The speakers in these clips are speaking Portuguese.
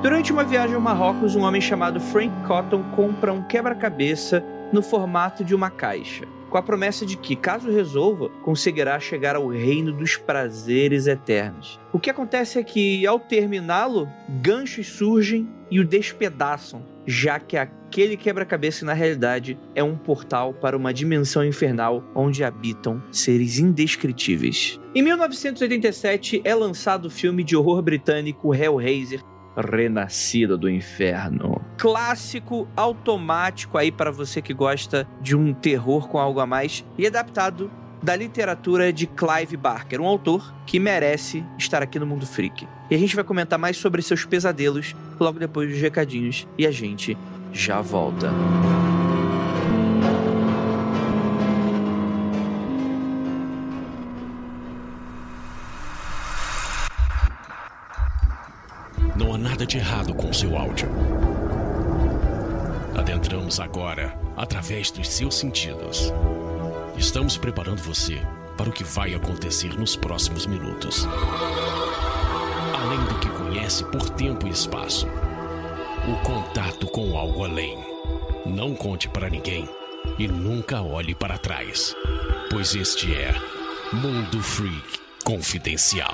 Durante uma viagem ao Marrocos, um homem chamado Frank Cotton compra um quebra-cabeça no formato de uma caixa, com a promessa de que, caso resolva, conseguirá chegar ao reino dos prazeres eternos. O que acontece é que, ao terminá-lo, ganchos surgem e o despedaçam, já que aquele quebra-cabeça, na realidade, é um portal para uma dimensão infernal onde habitam seres indescritíveis. Em 1987, é lançado o filme de horror britânico Hellraiser, Renascida do Inferno. Clássico automático aí para você que gosta de um terror com algo a mais e adaptado da literatura de Clive Barker, um autor que merece estar aqui no Mundo Freak. E a gente vai comentar mais sobre seus pesadelos logo depois dos recadinhos e a gente já volta. Não há nada de errado com o seu áudio. Adentramos agora através dos seus sentidos. Estamos preparando você para o que vai acontecer nos próximos minutos. Além do que conhece por tempo e espaço, o contato com algo além. Não conte para ninguém e nunca olhe para trás, pois este é Mundo Freak Confidencial.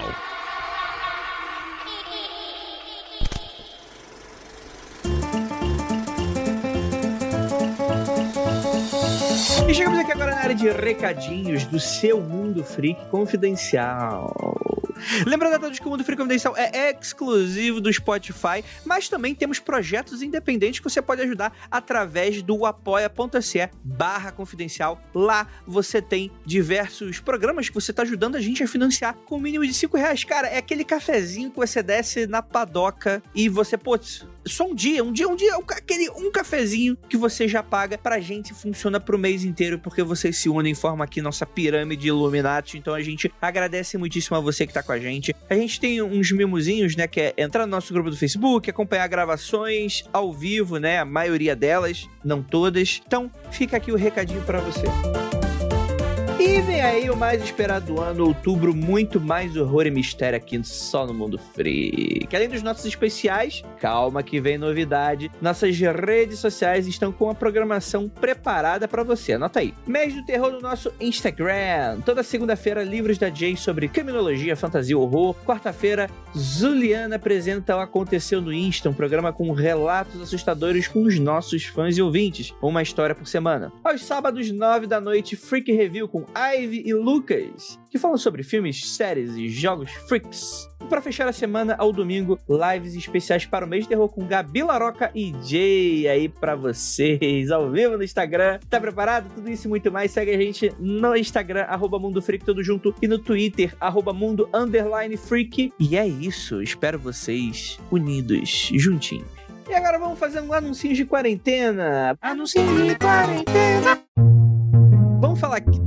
E chegamos aqui agora na área de recadinhos do seu Mundo Freak Confidencial. Lembrando a todos que o Mundo Freak Confidencial é exclusivo do Spotify, mas também temos projetos independentes que você pode ajudar através do apoia.se/confidencial. Lá você tem diversos programas que você está ajudando a gente a financiar com o mínimo de R$5. Cara, é aquele cafezinho que você desce na padoca e você, putz, só um dia, aquele um cafezinho que você já paga pra gente, funciona pro mês inteiro, porque vocês se unem, formam aqui nossa pirâmide Illuminati. Então a gente agradece muitíssimo a você que tá com a gente. A gente tem uns mimozinhos, né, que é entrar no nosso grupo do Facebook, acompanhar gravações ao vivo, né, a maioria delas, não todas. Então fica aqui o recadinho pra você. E vem aí o mais esperado do ano, outubro, muito mais horror e mistério aqui só no Mundo Freak. Além dos nossos especiais, calma que vem novidade, nossas redes sociais estão com a programação preparada pra você, anota aí. Mês do Terror no nosso Instagram, toda segunda-feira livros da Jay sobre criminologia, fantasia, horror. Quarta-feira, Zuliana apresenta o Aconteceu no Insta, um programa com relatos assustadores com os nossos fãs e ouvintes, uma história por semana. Aos sábados, 9 da noite, Freak Review com Ivy e Lucas, que falam sobre filmes, séries e jogos freaks. E para fechar a semana, ao domingo, lives especiais para o mês de terror com Gabi Laroca e Jay aí pra vocês, ao vivo no Instagram. Tá preparado? Tudo isso e muito mais. Segue a gente no Instagram, @MundoFreak, tudo junto, e no Twitter, @Mundo_Freak. E é isso, espero vocês unidos, juntinhos. E agora vamos fazer um anúncio de quarentena. Anúncio de quarentena. Vamos falar aqui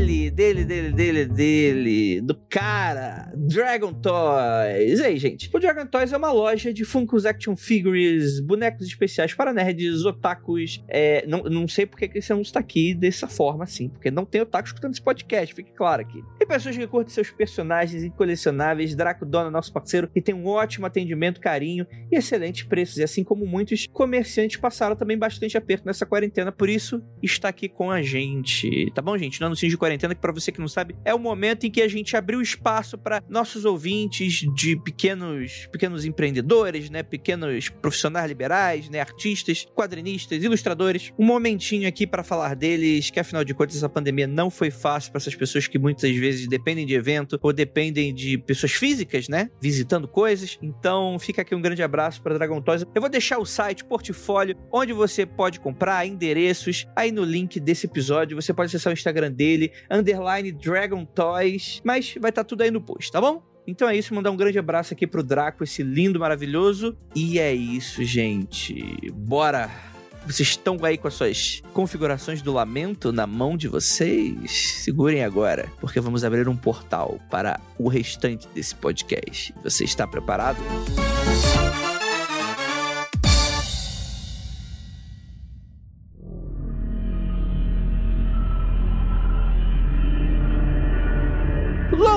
do cara, Dragon Toys. E aí, gente? O Dragon Toys é uma loja de Funkos Action Figures, bonecos especiais para nerds, otakus. Não sei porque que esse anúncio tá aqui dessa forma, assim, porque não tem otaku escutando esse podcast, fique claro aqui. E pessoas que curtem seus personagens incolecionáveis, Draco Dona, nosso parceiro, que tem um ótimo atendimento, carinho e excelentes preços. E assim como muitos comerciantes passaram também bastante aperto nessa quarentena, por isso está aqui com a gente. Tá bom, gente? No anúncio de quarentena, que pra você que não sabe, é o momento em que a gente abriu espaço para nossos ouvintes de pequenos empreendedores, né? Pequenos profissionais liberais, né? Artistas, quadrinistas, ilustradores. Um momentinho aqui para falar deles, que afinal de contas essa pandemia não foi fácil para essas pessoas que muitas vezes dependem de evento ou dependem de pessoas físicas, né? Visitando coisas. Então fica aqui um grande abraço para Dragon Toys. Eu vou deixar o site, portfólio, onde você pode comprar, endereços, aí no link desse episódio. Você pode acessar o Instagram dele, _Dragon Toys, mas vai estar tudo aí no post, tá bom? Então é isso, mandar um grande abraço aqui pro Draco, esse lindo, maravilhoso. E é isso, gente. Bora! Vocês estão aí com as suas configurações do lamento na mão de vocês? Segurem agora, porque vamos abrir um portal para o restante desse podcast. Você está preparado?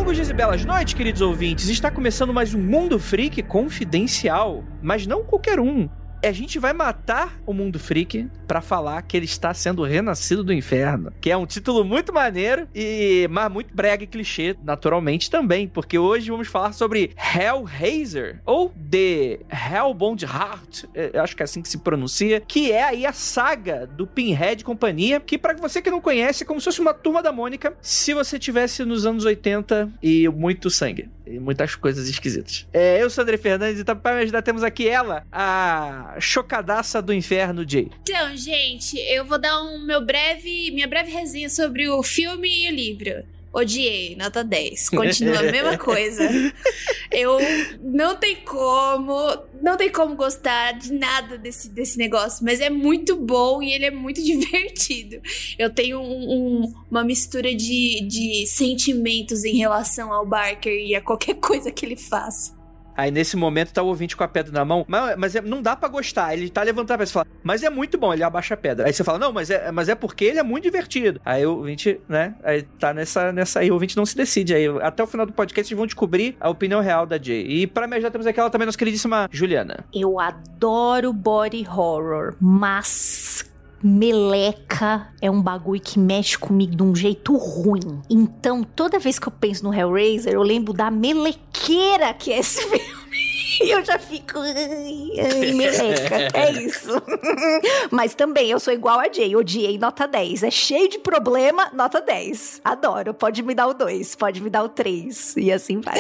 Longos dias e belas noites, queridos ouvintes. Está começando mais um Mundo Freak Confidencial, mas não qualquer um. A gente vai matar o Mundo Freak pra falar que ele está sendo renascido do inferno, que é um título muito maneiro mas muito brega e clichê, naturalmente também, porque hoje vamos falar sobre Hellraiser, ou The Hellbound Heart, acho que é assim que se pronuncia, que é aí a saga do Pinhead e companhia, que pra você que não conhece, é como se fosse uma Turma da Mônica, se você tivesse nos anos 80 e muito sangue. E muitas coisas esquisitas. Eu sou André Fernandes e pra me ajudar temos aqui ela, a chocadaça do inferno, Jay. Então, gente, eu vou dar minha breve resenha sobre o filme e o livro. Odiei, nota 10. Continua a mesma coisa. Eu não tem como gostar de nada desse negócio, mas é muito bom e ele é muito divertido. Eu tenho uma mistura de sentimentos em relação ao Barker e a qualquer coisa que ele faz. Aí nesse momento tá o ouvinte com a pedra na mão, mas não dá pra gostar, ele tá levantando a pedra e fala, mas é muito bom, ele abaixa a pedra. Aí você fala, não, mas é porque ele é muito divertido. Aí o ouvinte, né, aí tá nessa aí, o ouvinte não se decide. Aí até o final do podcast vocês vão descobrir a opinião real da Jay. E pra me ajudar temos aqui ela também, nossa queridíssima Juliana. Eu adoro body horror, mas meleca é um bagulho que mexe comigo de um jeito ruim. Então, toda vez que eu penso no Hellraiser, eu lembro da melequeira que é esse filme. E eu já fico... Ai, meleca. É isso. Mas também, eu sou igual a Jay. Odiei, nota 10. É cheio de problema, nota 10. Adoro. Pode me dar o 2, pode me dar o 3. E assim vai.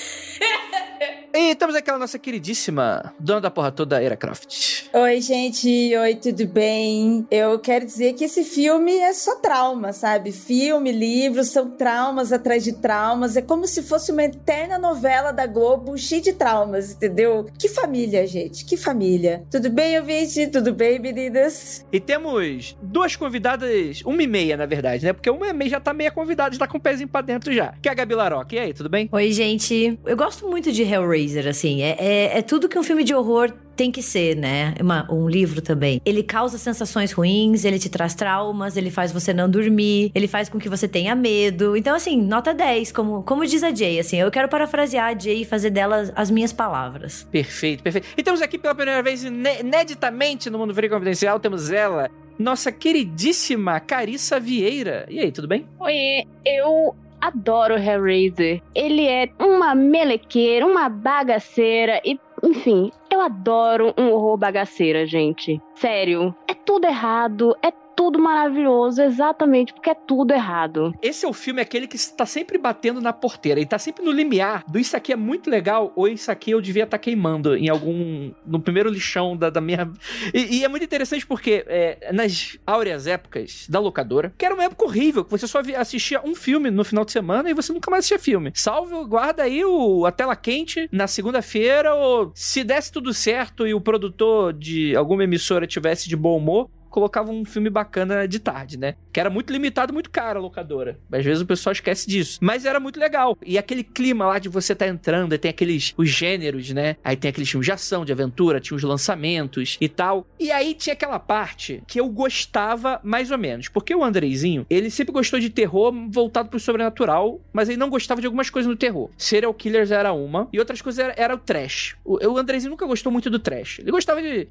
E temos aquela nossa queridíssima dona da porra toda, Era Croft. Oi, gente. Oi, tudo bem? Eu quero dizer que esse filme é só trauma, sabe? Filme, livro, são traumas atrás de traumas. É como se fosse uma eterna novela da Globo cheia de traumas, entendeu? Que família, gente. Que família. Tudo bem, ouvinte? Tudo bem, meninas? E temos duas convidadas, 1h30, na verdade, né? Porque 1h30 já tá meia convidada, já tá com o pezinho pra dentro já. Que é a Gabi Laroque. E aí, tudo bem? Oi, gente. Eu gosto muito de Hellraiser, assim. É tudo que um filme de horror tem que ser, né? Um livro também. Ele causa sensações ruins, ele te traz traumas, ele faz você não dormir, ele faz com que você tenha medo. Então, assim, nota 10, como diz a Jay, assim. Eu quero parafrasear a Jay e fazer dela as minhas palavras. Perfeito, perfeito. E temos aqui pela primeira vez, ineditamente no Mundo Freak Confidencial, temos ela, nossa queridíssima Carissa Vieira. E aí, tudo bem? Oi, eu adoro Hellraiser. Ele é uma melequeira, uma bagaceira e, enfim, eu adoro um horror bagaceira, gente. Sério, é tudo errado, é tudo maravilhoso, exatamente porque é tudo errado. Esse é o filme, aquele que está sempre batendo na porteira, ele tá sempre no limiar do isso aqui é muito legal, ou isso aqui eu devia estar queimando no primeiro lixão da minha... E é muito interessante porque nas áureas épocas da locadora, que era uma época horrível, que você só assistia um filme no final de semana e você nunca mais assistia filme. Salve, guarda aí a tela quente na segunda-feira, ou se desse tudo certo e o produtor de alguma emissora tivesse de bom humor, colocava um filme bacana de tarde, né? Que era muito limitado, muito caro a locadora. Às vezes o pessoal esquece disso. Mas era muito legal. E aquele clima lá de você tá entrando, aí tem os gêneros, né? Aí tem aqueles filmes de ação, de aventura, tinha os lançamentos e tal. E aí tinha aquela parte que eu gostava mais ou menos. Porque o Andreizinho, ele sempre gostou de terror voltado pro sobrenatural, mas ele não gostava de algumas coisas no terror. Serial Killers era uma, e outras coisas era o trash. O Andreizinho nunca gostou muito do trash. Ele gostava de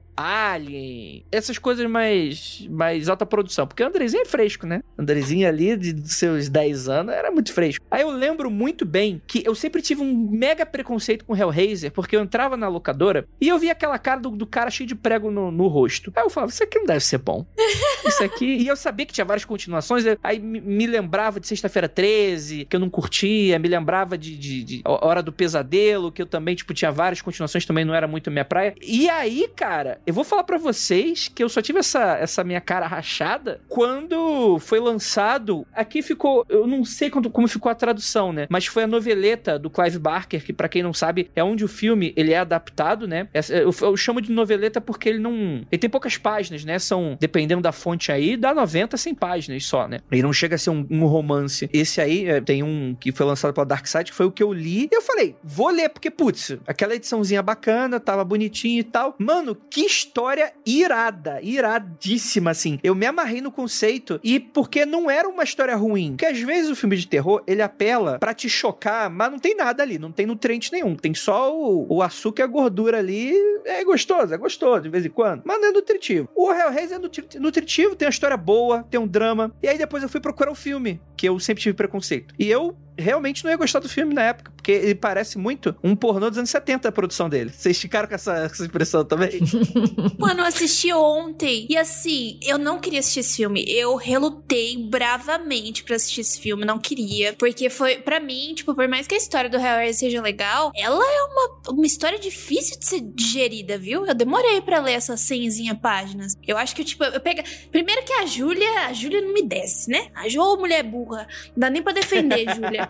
Alien, essas coisas mais alta produção, porque o Andrezinho é fresco, né? O Andrezinho ali, de seus 10 anos, era muito fresco. Aí eu lembro muito bem que eu sempre tive um mega preconceito com Hellraiser, porque eu entrava na locadora e eu via aquela cara do cara cheio de prego no rosto. Aí eu falava, isso aqui não deve ser bom. Isso aqui... E eu sabia que tinha várias continuações, aí me lembrava de Sexta-feira 13, que eu não curtia, me lembrava de Hora do Pesadelo, que eu também, tinha várias continuações, também não era muito minha praia. E aí, cara, eu vou falar pra vocês que eu só tive essa minha cara rachada quando foi lançado, aqui ficou, eu não sei como ficou a tradução, né, mas foi a noveleta do Clive Barker, que pra quem não sabe, é onde o filme, ele é adaptado, né, eu chamo de noveleta porque ele tem poucas páginas, né, são, dependendo da fonte fonte aí dá 90, 100 páginas só, né? E não chega a ser um romance. Esse aí, tem um que foi lançado pela Dark Side, que foi o que eu li. E eu falei, vou ler, porque, putz, aquela ediçãozinha bacana, tava bonitinho e tal. Mano, que história irada, iradíssima, assim. Eu me amarrei no conceito e porque não era uma história ruim. Porque às vezes o filme de terror, ele apela pra te chocar, mas não tem nada ali, não tem nutriente nenhum. Tem só o açúcar e a gordura ali. É gostoso de vez em quando, mas não é nutritivo. O Hellraiser é nutritivo, tem uma história boa, tem um drama. E aí depois eu fui procurar o filme, que eu sempre tive preconceito. E eu realmente não ia gostar do filme na época, porque ele parece muito um pornô dos anos 70, a produção dele. Vocês ficaram com essa impressão também? Mano, eu assisti ontem, e assim, eu não queria assistir esse filme. Eu relutei bravamente pra assistir esse filme, não queria, porque foi, pra mim, tipo, por mais que a história do Hellraiser seja legal, ela é uma história difícil de ser digerida, viu? Eu demorei pra ler essas 100 páginas. Eu acho que, tipo, primeiro que a Júlia não me desce, né? Ô, mulher burra, não dá nem pra defender, Júlia.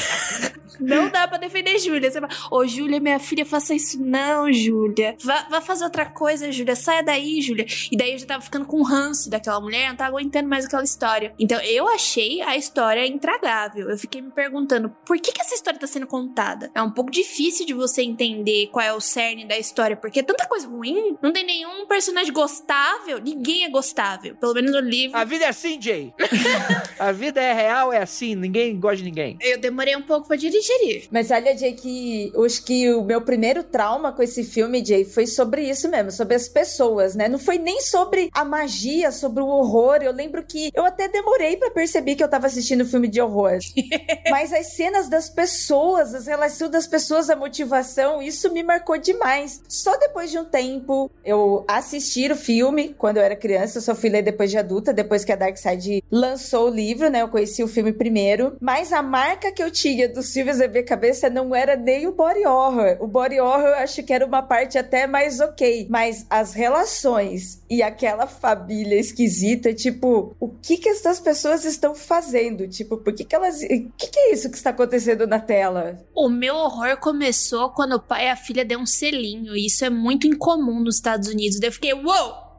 Não dá pra defender Júlia. Você fala, ô, Júlia, minha filha, faça isso não, Júlia. Vá fazer outra coisa, Júlia. Saia daí, Júlia. E daí eu já tava ficando com ranço daquela mulher, não tava aguentando mais aquela história. Então eu achei a história intragável. Eu fiquei me perguntando, por que essa história tá sendo contada? É um pouco difícil de você entender qual é o cerne da história, porque é tanta coisa ruim, não tem nenhum personagem gostável, ninguém é gostável. Pelo menos no livro. A vida é assim, Jay. A vida é real, é assim, ninguém gosta de ninguém. Eu demorei um pouco pra digerir. Mas olha, Jay, que o meu primeiro trauma com esse filme, Jay, foi sobre isso mesmo, sobre as pessoas, né? Não foi nem sobre a magia, sobre o horror. Eu lembro que eu até demorei pra perceber que eu tava assistindo filme de horror. Mas as cenas das pessoas, as relações das pessoas, a motivação, isso me marcou demais. Só depois de um tempo, eu assisti o filme, quando eu era criança, eu só fui ler depois de adulta, depois que a Dark Side lançou o livro, né? Eu conheci o filme primeiro, mas a marca que eu tinha do Silvio Z.B. Cabeça não era nem o body horror. O body horror eu acho que era uma parte até mais ok, mas as relações e aquela família esquisita, tipo, o que essas pessoas estão fazendo? Tipo, por que elas... O que é isso que está acontecendo na tela? O meu horror começou quando o pai e a filha deu um selinho, e isso é muito incomum nos Estados Unidos. Daí eu fiquei, uou!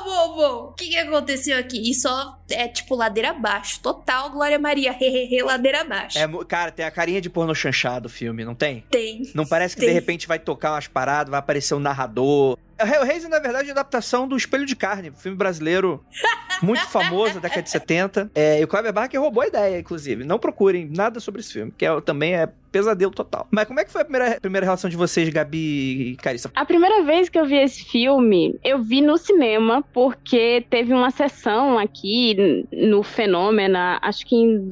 O que aconteceu aqui? E só é tipo ladeira abaixo. Total Glória Maria, ladeira abaixo. Cara, tem a carinha de porno chanchado o filme, não tem? Tem. Não parece que de repente vai tocar umas paradas, vai aparecer um narrador. Hellraiser, na verdade, é a adaptação do Espelho de Carne, filme brasileiro muito famoso, da década de 70. E o Clive Barker roubou a ideia, inclusive. Não procurem nada sobre esse filme, que também é pesadelo total. Mas como é que foi a primeira relação de vocês, Gabi e Carissa? A primeira vez que eu vi esse filme, eu vi no cinema, porque teve uma sessão aqui no Fenômena, acho que em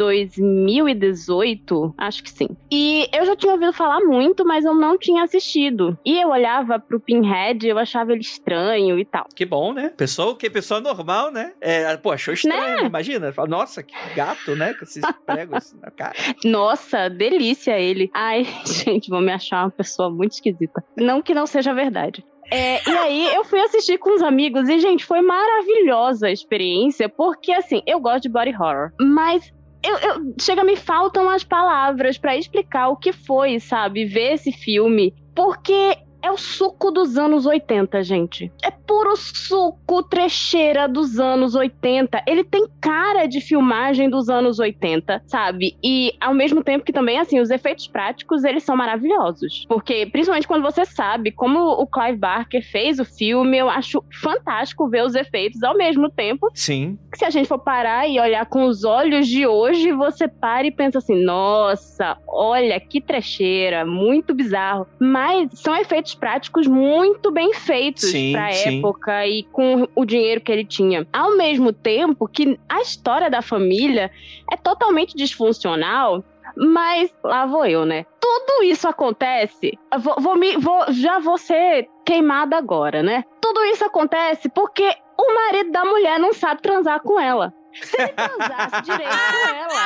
2018, acho que sim. E eu já tinha ouvido falar muito, mas eu não tinha assistido. E eu olhava pro Pinhead, eu achava ele estranho e tal. Que bom, né? Pessoa normal, né? Achou estranho, né? Imagina. Fala, nossa, que gato, né? Com esses pregos na cara. Nossa, delícia ele. Ai, gente, vou me achar uma pessoa muito esquisita. Não que não seja verdade. E aí eu fui assistir com os amigos e, gente, foi maravilhosa a experiência, porque, assim, eu gosto de body horror, mas me faltam as palavras pra explicar o que foi, sabe, ver esse filme, porque é o suco dos anos 80, gente. É puro suco, trecheira dos anos 80. Ele tem cara de filmagem dos anos 80, sabe? E ao mesmo tempo que também, assim, os efeitos práticos, eles são maravilhosos. Porque, principalmente quando você sabe como o Clive Barker fez o filme, eu acho fantástico ver os efeitos ao mesmo tempo. Sim. Que se a gente for parar e olhar com os olhos de hoje, você para e pensa assim, nossa, olha que trecheira, muito bizarro. Mas são efeitos práticos muito bem feitos pra época e com o dinheiro que ele tinha. Ao mesmo tempo que a história da família é totalmente disfuncional, mas lá vou eu, né? Tudo isso acontece, já vou ser queimada agora, né? Tudo isso acontece porque o marido da mulher não sabe transar com ela. Se ele transasse direito com ela,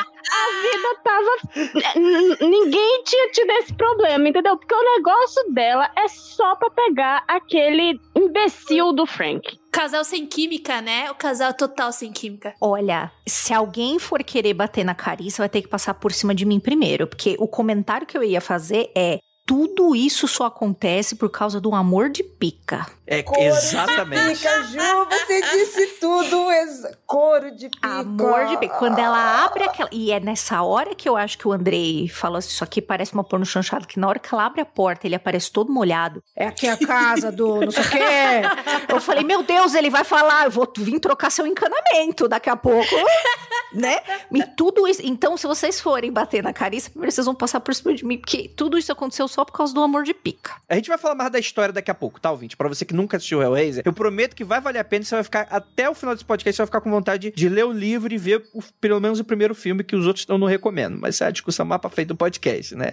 a vida tava... Ninguém tinha tido esse problema, entendeu? Porque o negócio dela é só pra pegar aquele imbecil do Frank. Casal sem química, né? O casal total sem química. Olha, se alguém for querer bater na Carissa, vai ter que passar por cima de mim primeiro. Porque o comentário que eu ia fazer é... tudo isso só acontece por causa do amor de pica. Exatamente. Pica, Ju, você disse tudo. Couro de pica. Amor de pica. Quando ela abre aquela... E é nessa hora que eu acho que o Andrei falou assim, isso aqui parece uma porno chanchada, que na hora que ela abre a porta, ele aparece todo molhado. É aqui a casa do não sei o quê. Eu falei, meu Deus, ele vai falar, eu vou vir trocar seu encanamento daqui a pouco. Né? E tudo isso... Então, se vocês forem bater na Carissa, primeiro vocês vão passar por cima de mim, porque tudo isso aconteceu só por causa do amor de pica. A gente vai falar mais da história daqui a pouco, tá, ouvinte? Pra você que nunca assistiu Hellraiser, eu prometo que vai valer a pena, você vai ficar, até o final desse podcast, você vai ficar com vontade de ler o livro e ver pelo menos o primeiro filme, que os outros eu não recomendo. Mas isso é a discussão mais pra frente do podcast, né?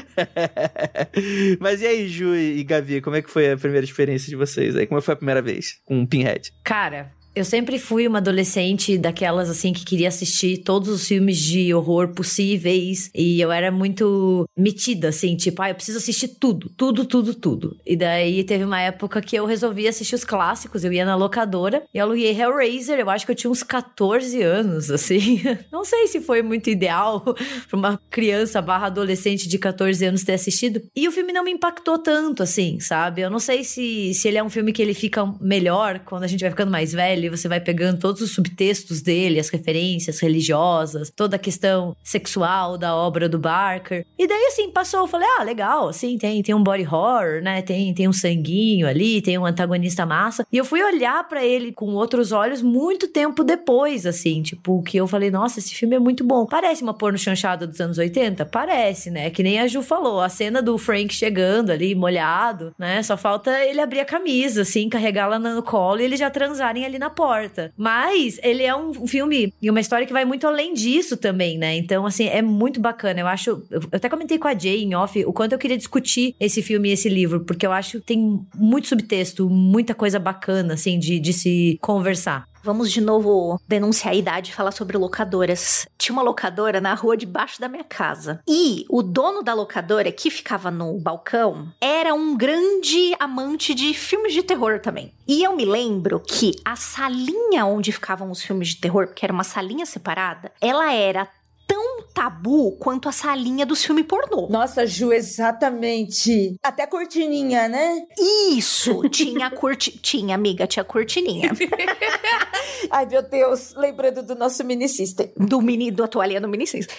Mas e aí, Ju e Gabi, como é que foi a primeira experiência de vocês aí? Como foi a primeira vez com o Pinhead? Cara, eu sempre fui uma adolescente daquelas, assim, que queria assistir todos os filmes de horror possíveis. E eu era muito metida, assim, tipo, eu preciso assistir tudo. E daí teve uma época que eu resolvi assistir os clássicos. Eu ia na locadora e aluguei Hellraiser. Eu acho que eu tinha uns 14 anos, assim. Não sei se foi muito ideal pra uma criança / adolescente de 14 anos ter assistido. E o filme não me impactou tanto, assim, sabe? Eu não sei se ele é um filme que ele fica melhor quando a gente vai ficando mais velho. Você vai pegando todos os subtextos dele, as referências religiosas, toda a questão sexual da obra do Barker. E daí, assim, passou, eu falei, legal, assim, tem um body horror, né, tem um sanguinho ali, tem um antagonista massa. E eu fui olhar pra ele com outros olhos muito tempo depois, assim, tipo, que eu falei, nossa, esse filme é muito bom. Parece uma porno chanchada dos anos 80? Parece, né, que nem a Ju falou, a cena do Frank chegando ali, molhado, né, só falta ele abrir a camisa, assim, carregá-la no colo e eles já transarem ali na porta. Mas ele é um filme e uma história que vai muito além disso também, né? Então, assim, é muito bacana. Eu até comentei com a Jay em off o quanto eu queria discutir esse filme e esse livro, porque eu acho que tem muito subtexto, muita coisa bacana, assim, de se conversar. Vamos de novo denunciar a idade e falar sobre locadoras. Tinha uma locadora na rua debaixo da minha casa. E o dono da locadora, que ficava no balcão, era um grande amante de filmes de terror também. E eu me lembro que a salinha onde ficavam os filmes de terror, porque era uma salinha separada, ela era tão tabu quanto a salinha dos filmes pornô. Nossa, Ju, exatamente. Até cortininha, né? Isso, tinha amiga, tinha cortininha. Ai, meu Deus, lembrando do nosso mini-system. Do toalhinha do mini-system.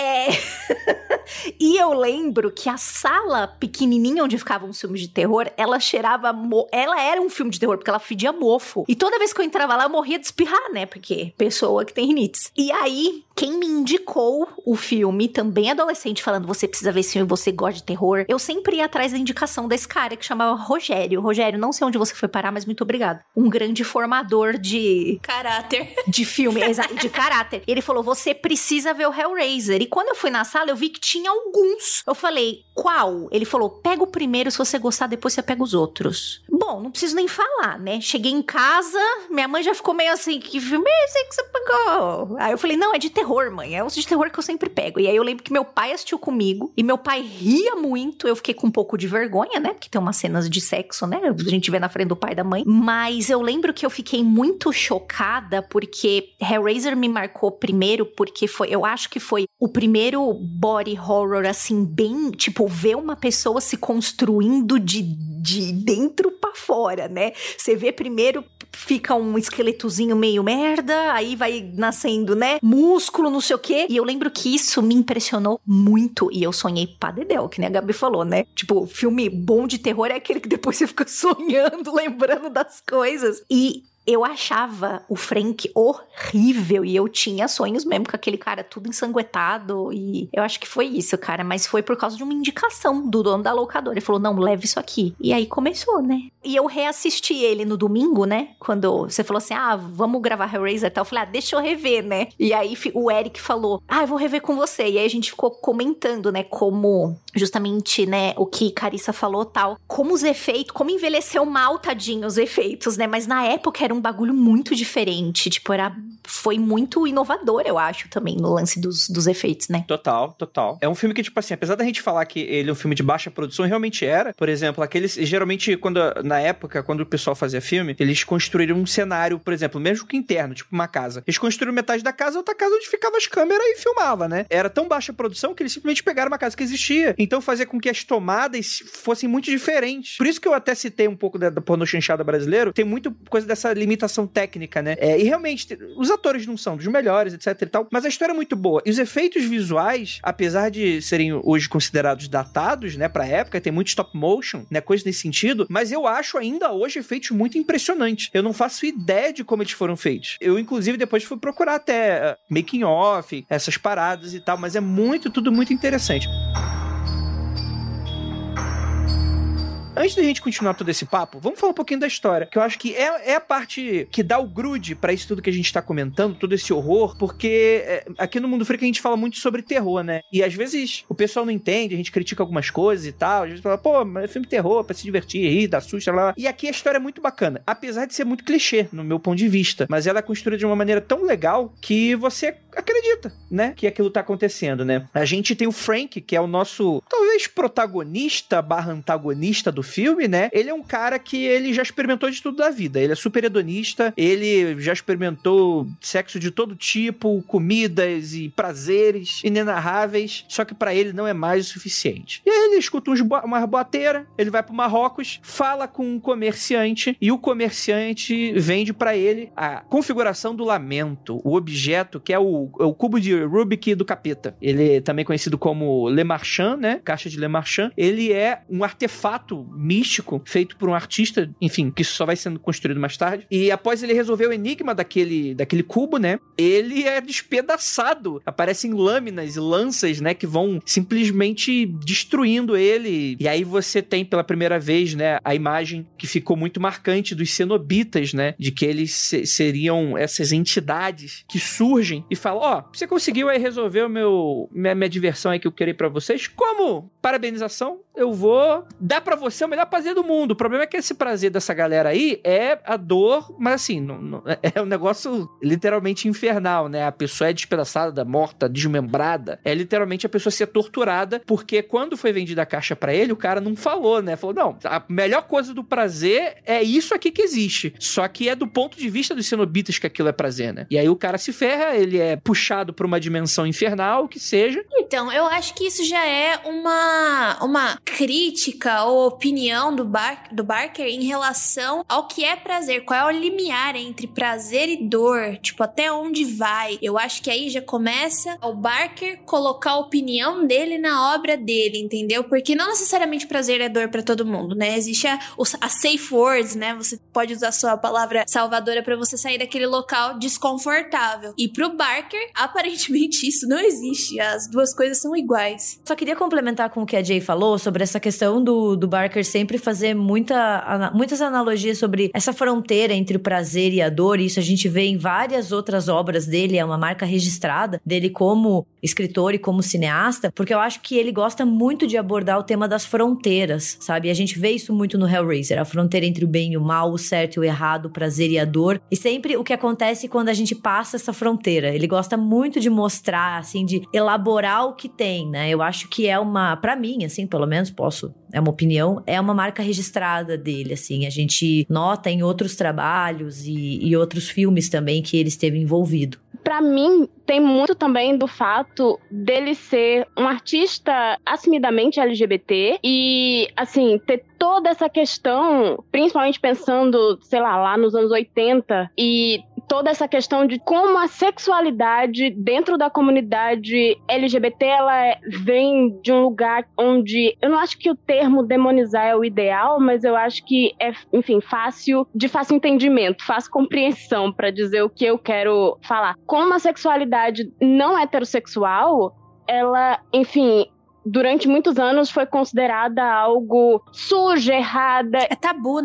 E eu lembro que a sala pequenininha onde ficavam os filmes de terror, ela cheirava... Ela era um filme de terror, porque ela fedia mofo. E toda vez que eu entrava lá, eu morria de espirrar, né? Porque pessoa que tem rinites. E aí, quem me indicou o filme, também adolescente, falando, você precisa ver esse filme, você gosta de terror, eu sempre ia atrás da indicação desse cara que chamava Rogério. Rogério, não sei onde você foi parar, mas muito obrigado. Um grande formador de... caráter. De filme, de caráter. Ele falou, você precisa ver o Hellraiser. E quando eu fui na sala, eu vi que tinha alguns. Eu falei, qual? Ele falou, pega o primeiro, se você gostar, depois você pega os outros. Bom, não preciso nem falar, né? Cheguei em casa, minha mãe já ficou meio assim, que filme é esse que você pegou? Aí eu falei, não, é de terror, mãe. É os de terror que eu sempre pego. E aí eu lembro que meu pai assistiu comigo, e meu pai ria muito, eu fiquei com um pouco de vergonha, né? Porque tem umas cenas de sexo, né? A gente vê na frente do pai e da mãe. Mas eu lembro que eu fiquei muito chocada, porque Hellraiser me marcou primeiro, porque eu acho que foi o primeiro body horror, assim, bem, tipo, ver uma pessoa se construindo de dentro pra fora, né? Você vê primeiro, fica um esqueletozinho meio merda, aí vai nascendo, né? Músculo, não sei o quê. E eu lembro que isso me impressionou muito. E eu sonhei pra dedéu, que nem a Gabi falou, né? Tipo, filme bom de terror é aquele que depois você fica sonhando, lembrando das coisas. E eu achava o Frank horrível e eu tinha sonhos mesmo com aquele cara tudo ensanguentado e eu acho que foi isso, cara, mas foi por causa de uma indicação do dono da locadora. Ele falou, não, leve isso aqui. E aí começou, né? E eu reassisti ele no domingo, né? Quando você falou assim, vamos gravar Hellraiser e tal. Eu falei, deixa eu rever, né? E aí o Eric falou, eu vou rever com você. E aí a gente ficou comentando, né? Como justamente, né? O que Carissa falou tal. Como os efeitos, como envelheceu mal, tadinho, os efeitos, né? Mas na época era um um bagulho muito diferente. Tipo, foi muito inovador, eu acho, também, no lance dos efeitos, né? Total. É um filme que, tipo assim, apesar da gente falar que ele é um filme de baixa produção, realmente era. Por exemplo, geralmente, na época, quando o pessoal fazia filme, eles construíram um cenário, por exemplo, mesmo que interno, tipo uma casa. Eles construíram metade da casa, outra casa onde ficavam as câmeras e filmava, né? Era tão baixa produção que eles simplesmente pegaram uma casa que existia. Então fazia com que as tomadas fossem muito diferentes. Por isso que eu até citei um pouco da pornô chanchada brasileiro, tem muito coisa dessa limitação técnica, né? E realmente, os atores não são dos melhores, etc e tal, mas a história é muito boa. E os efeitos visuais, apesar de serem hoje considerados datados, né, pra época, tem muito stop motion, né, coisa nesse sentido, mas eu acho ainda hoje efeitos muito impressionantes. Eu não faço ideia de como eles foram feitos. Eu, inclusive, depois fui procurar até making of, essas paradas e tal, mas é tudo muito interessante. Antes da gente continuar todo esse papo, vamos falar um pouquinho da história, que eu acho que é a parte que dá o grude pra isso tudo que a gente tá comentando, todo esse horror, porque aqui no Mundo Freak a gente fala muito sobre terror, né? E às vezes o pessoal não entende, a gente critica algumas coisas e tal, às vezes fala, pô, mas é filme terror, pra se divertir, rir, dar susto, lá. E aqui a história é muito bacana, apesar de ser muito clichê, no meu ponto de vista, mas ela é construída de uma maneira tão legal que você acredita, né? Que aquilo tá acontecendo, né? A gente tem o Frank, que é o nosso, talvez, protagonista / antagonista do filme, né? Ele é um cara que ele já experimentou de tudo da vida. Ele é super hedonista, ele já experimentou sexo de todo tipo, comidas e prazeres inenarráveis, só que pra ele não é mais o suficiente. E aí ele escuta uma boateira, ele vai pro Marrocos, fala com um comerciante e o comerciante vende pra ele a configuração do lamento, o objeto que é o cubo de Rubik do capeta. Ele é também conhecido como Le Marchand, né? Caixa de Le Marchand. Ele é um artefato místico feito por um artista, enfim, que só vai sendo construído mais tarde. E após ele resolver o enigma daquele cubo, né? Ele é despedaçado. Aparecem lâminas e lanças, né? Que vão simplesmente destruindo ele. E aí você tem pela primeira vez, né? A imagem que ficou muito marcante dos cenobitas, né? De que eles seriam essas entidades que surgem e falam, ó, você conseguiu aí resolver minha diversão aí que eu queria pra vocês. Como parabenização, eu vou dar pra você o melhor prazer do mundo. O problema é que esse prazer dessa galera aí é a dor, mas assim, é um negócio literalmente infernal, né? A pessoa é despedaçada, morta, desmembrada. É literalmente a pessoa ser torturada, porque quando foi vendida a caixa pra ele, o cara não falou, né? Falou, não, a melhor coisa do prazer é isso aqui que existe. Só que é do ponto de vista dos cenobitas que aquilo é prazer, né? E aí o cara se ferra, ele é puxado pra uma dimensão infernal, o que seja. Então, eu acho que isso já é uma crítica ou opinião do Barker em relação ao que é prazer, qual é o limiar entre prazer e dor, tipo, até onde vai. Eu acho que aí já começa o Barker colocar a opinião dele na obra dele, entendeu? Porque não necessariamente prazer é dor pra todo mundo, né? Existe a safe words, né? Você pode usar a sua palavra salvadora pra você sair daquele local desconfortável. E pro Barker, aparentemente isso não existe. As duas coisas são iguais. Só queria complementar com o que a Jay falou sobre essa questão do Barker sempre fazer muitas analogias sobre essa fronteira entre o prazer e a dor. Isso a gente vê em várias outras obras dele, é uma marca registrada dele como escritor e como cineasta, porque eu acho que ele gosta muito de abordar o tema das fronteiras, sabe? A gente vê isso muito no Hellraiser, a fronteira entre o bem e o mal, o certo e o errado, o prazer e a dor, e sempre o que acontece quando a gente passa essa fronteira. Ele gosta muito de mostrar, assim, de elaborar o que tem, né? Eu acho que pra mim, assim, pelo menos é uma opinião, é uma marca registrada dele, assim, a gente nota em outros trabalhos e outros filmes também que ele esteve envolvido. Pra mim, tem muito também do fato dele ser um artista assumidamente LGBT e, assim, ter toda essa questão, principalmente pensando, sei lá nos anos 80, e toda essa questão de como a sexualidade dentro da comunidade LGBT, ela vem de um lugar onde, eu não acho que o termo demonizar é o ideal, mas eu acho que é, enfim, de fácil entendimento, fácil compreensão para dizer o que eu quero falar. Como a sexualidade não heterossexual, ela, enfim, durante muitos anos foi considerada algo suja, errada. É tabu, né?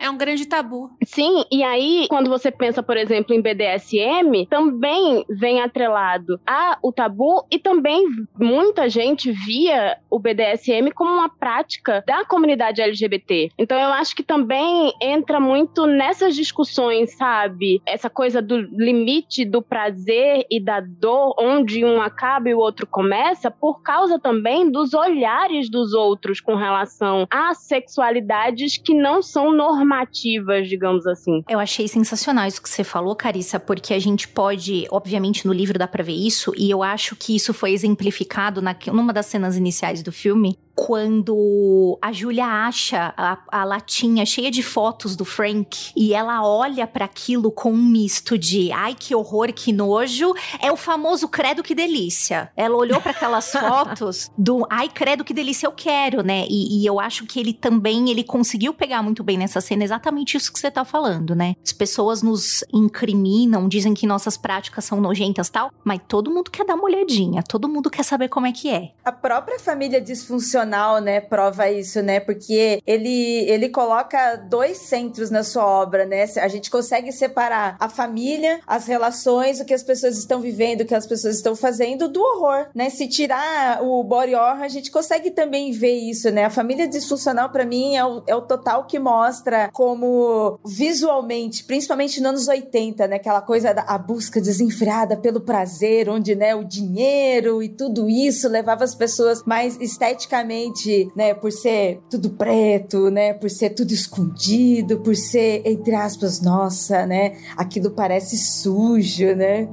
É um grande tabu. Sim, e aí, quando você pensa, por exemplo, em BDSM, também vem atrelado o tabu e também muita gente via o BDSM como uma prática da comunidade LGBT. Então eu acho que também entra muito nessas discussões, sabe? Essa coisa do limite do prazer e da dor, onde um acaba e o outro começa, por causa também dos olhares dos outros com relação a sexualidades que não são normativas, digamos assim. Eu achei sensacional isso que você falou, Carissa, porque a gente pode, obviamente no livro dá pra ver isso, e eu acho que isso foi exemplificado numa das cenas iniciais do filme, quando a Julia acha a latinha cheia de fotos do Frank e ela olha pra aquilo com um misto de ai, que horror, que nojo, é o famoso credo que delícia. Ela olhou pra aquelas fotos do ai, credo que delícia, eu quero, né? E eu acho que ele conseguiu pegar muito bem nessa cena exatamente isso que você tá falando, né? As pessoas nos incriminam, dizem que nossas práticas são nojentas e tal, mas todo mundo quer dar uma olhadinha, todo mundo quer saber como é que é. A própria família disfuncional, né, prova isso, né, porque ele coloca 2 centros na sua obra, né, a gente consegue separar a família, as relações, o que as pessoas estão vivendo, o que as pessoas estão fazendo do horror, né, se tirar o body horror, a gente consegue também ver isso, né, a família disfuncional pra mim é o total que mostra como visualmente, principalmente nos anos 80, né, aquela coisa a busca desenfreada pelo prazer, onde, né, o dinheiro e tudo isso levava as pessoas mais esteticamente, né, por ser tudo preto, né, por ser tudo escondido, por ser, entre aspas, nossa, né, aquilo parece sujo, né.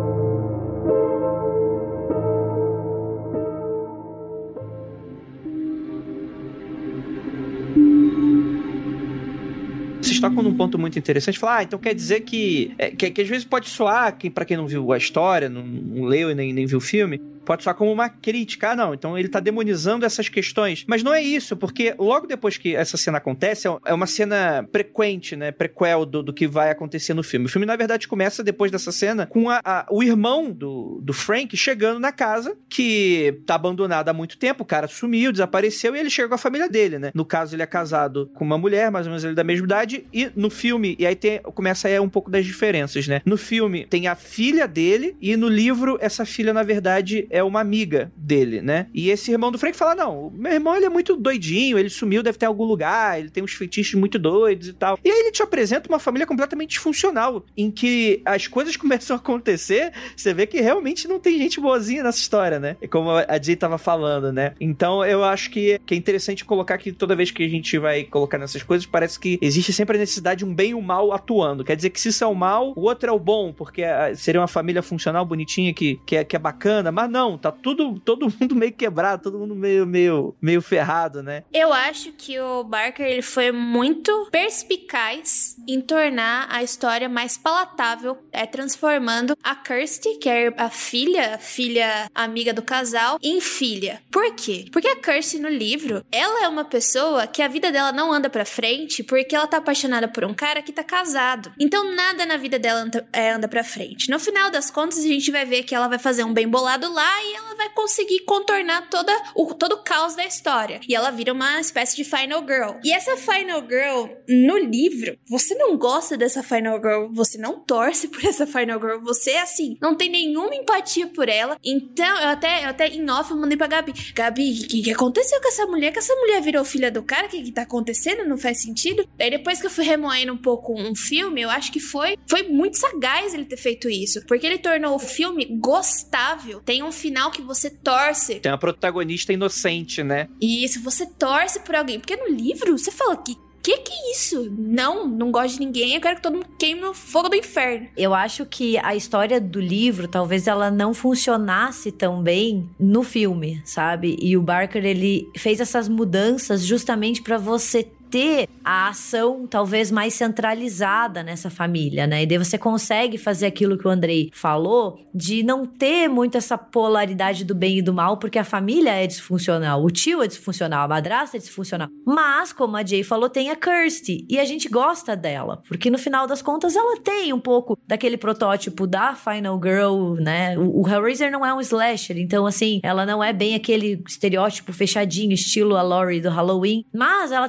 Vocês tocam num ponto muito interessante. Falar, então quer dizer que às vezes pode soar, pra quem não viu a história, não leu e nem viu o filme, pode soar como uma crítica. Não, então ele tá demonizando essas questões. Mas não é isso, porque logo depois que essa cena acontece, é uma cena frequente, né, prequel do que vai acontecer no filme. O filme, na verdade, começa depois dessa cena com o irmão do Frank chegando na casa, que tá abandonada há muito tempo, o cara sumiu, desapareceu, e ele chega com a família dele, né? No caso, ele é casado com uma mulher, mais ou menos ele da mesma idade, e no filme, e aí começa aí um pouco das diferenças, né? No filme, tem a filha dele, e no livro, essa filha, na verdade, é uma amiga dele, né? E esse irmão do Frank fala, não, meu irmão, ele é muito doidinho, ele sumiu, deve ter em algum lugar, ele tem uns feitiços muito doidos e tal. E aí ele te apresenta uma família completamente disfuncional, em que as coisas começam a acontecer, você vê que realmente não tem gente boazinha nessa história, né? Como a Jay tava falando, né? Então, eu acho que é interessante colocar que toda vez que a gente vai colocar nessas coisas, parece que existe sempre a necessidade de um bem e um mal atuando. Quer dizer que se isso é o mal, o outro é o bom, porque seria uma família funcional, bonitinha, que é bacana, mas não, tá todo mundo meio quebrado, todo mundo meio ferrado, né? Eu acho que o Barker, ele foi muito perspicaz em tornar a história mais palatável, transformando a Kirsty, que é a filha amiga do casal, em filha. Por quê? Porque a Kirsty no livro, ela é uma pessoa que a vida dela não anda pra frente porque ela tá apaixonada por um cara que tá casado. Então nada na vida dela anda pra frente. No final das contas, a gente vai ver que ela vai fazer um bem bolado lá e ela vai conseguir contornar todo o caos da história. E ela vira uma espécie de Final Girl. E essa Final Girl, no livro, você não gosta dessa Final Girl, você não torce por essa Final Girl, você, assim, não tem nenhuma empatia por ela. Então, eu até em off, eu mandei pra Gabi. Gabi, o que aconteceu com essa mulher? Que essa mulher virou filha do cara? O que tá acontecendo? Não faz sentido? Daí, depois que eu fui remoendo um pouco um filme, eu acho que foi muito sagaz ele ter feito isso. Porque ele tornou o filme gostável. Tem um final que você torce. Tem uma protagonista inocente, né? E isso, você torce por alguém. Porque no livro, você fala que é isso? Não gosto de ninguém, eu quero que todo mundo queime no fogo do inferno. Eu acho que a história do livro, talvez ela não funcionasse tão bem no filme, sabe? E o Barker, ele fez essas mudanças justamente pra você ter a ação talvez mais centralizada nessa família, né? E daí você consegue fazer aquilo que o Andrei falou, de não ter muito essa polaridade do bem e do mal, porque a família é disfuncional, o tio é disfuncional, a madrasta é disfuncional. Mas, como a Jay falou, tem a Kirsty, e a gente gosta dela, porque no final das contas ela tem um pouco daquele protótipo da Final Girl, né? O Hellraiser não é um slasher, então assim, ela não é bem aquele estereótipo fechadinho, estilo a Laurie do Halloween, mas ela tem essas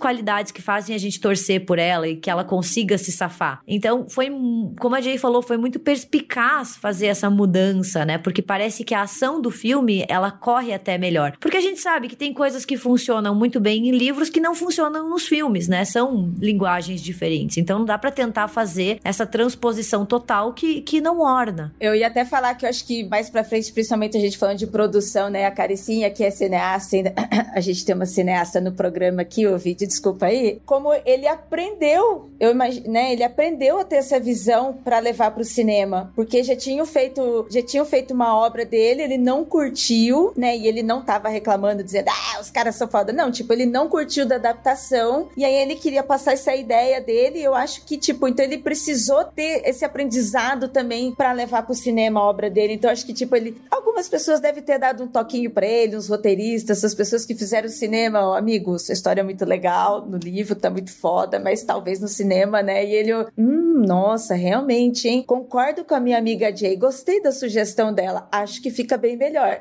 qualidades que fazem a gente torcer por ela e que ela consiga se safar. Então, como a Jay falou, foi muito perspicaz fazer essa mudança, né? Porque parece que a ação do filme, ela corre até melhor. Porque a gente sabe que tem coisas que funcionam muito bem em livros que não funcionam nos filmes, né? São linguagens diferentes. Então, não dá pra tentar fazer essa transposição total que não orna. Eu ia até falar que eu acho que mais pra frente, principalmente a gente falando de produção, né? A Caricinha, que é cineasta, ainda... a gente tem uma cineasta no programa aqui, Ovidio, desculpa aí. Como ele aprendeu, eu imagino, né? Ele aprendeu a ter essa visão pra levar pro cinema. Porque já tinham feito uma obra dele, ele não curtiu, né? E ele não tava reclamando, dizendo, os caras são foda. Não, tipo, ele não curtiu da adaptação. E aí ele queria passar essa ideia dele. E eu acho que, tipo, então ele precisou ter esse aprendizado também pra levar pro cinema a obra dele. Então acho que, tipo, algumas pessoas devem ter dado um toquinho pra ele, uns roteiristas, essas pessoas que fizeram cinema, amigos, a história é muito legal, no livro tá muito foda, mas talvez no cinema, né? E ele, nossa, realmente, hein? Concordo com a minha amiga Jay, gostei da sugestão dela, acho que fica bem melhor.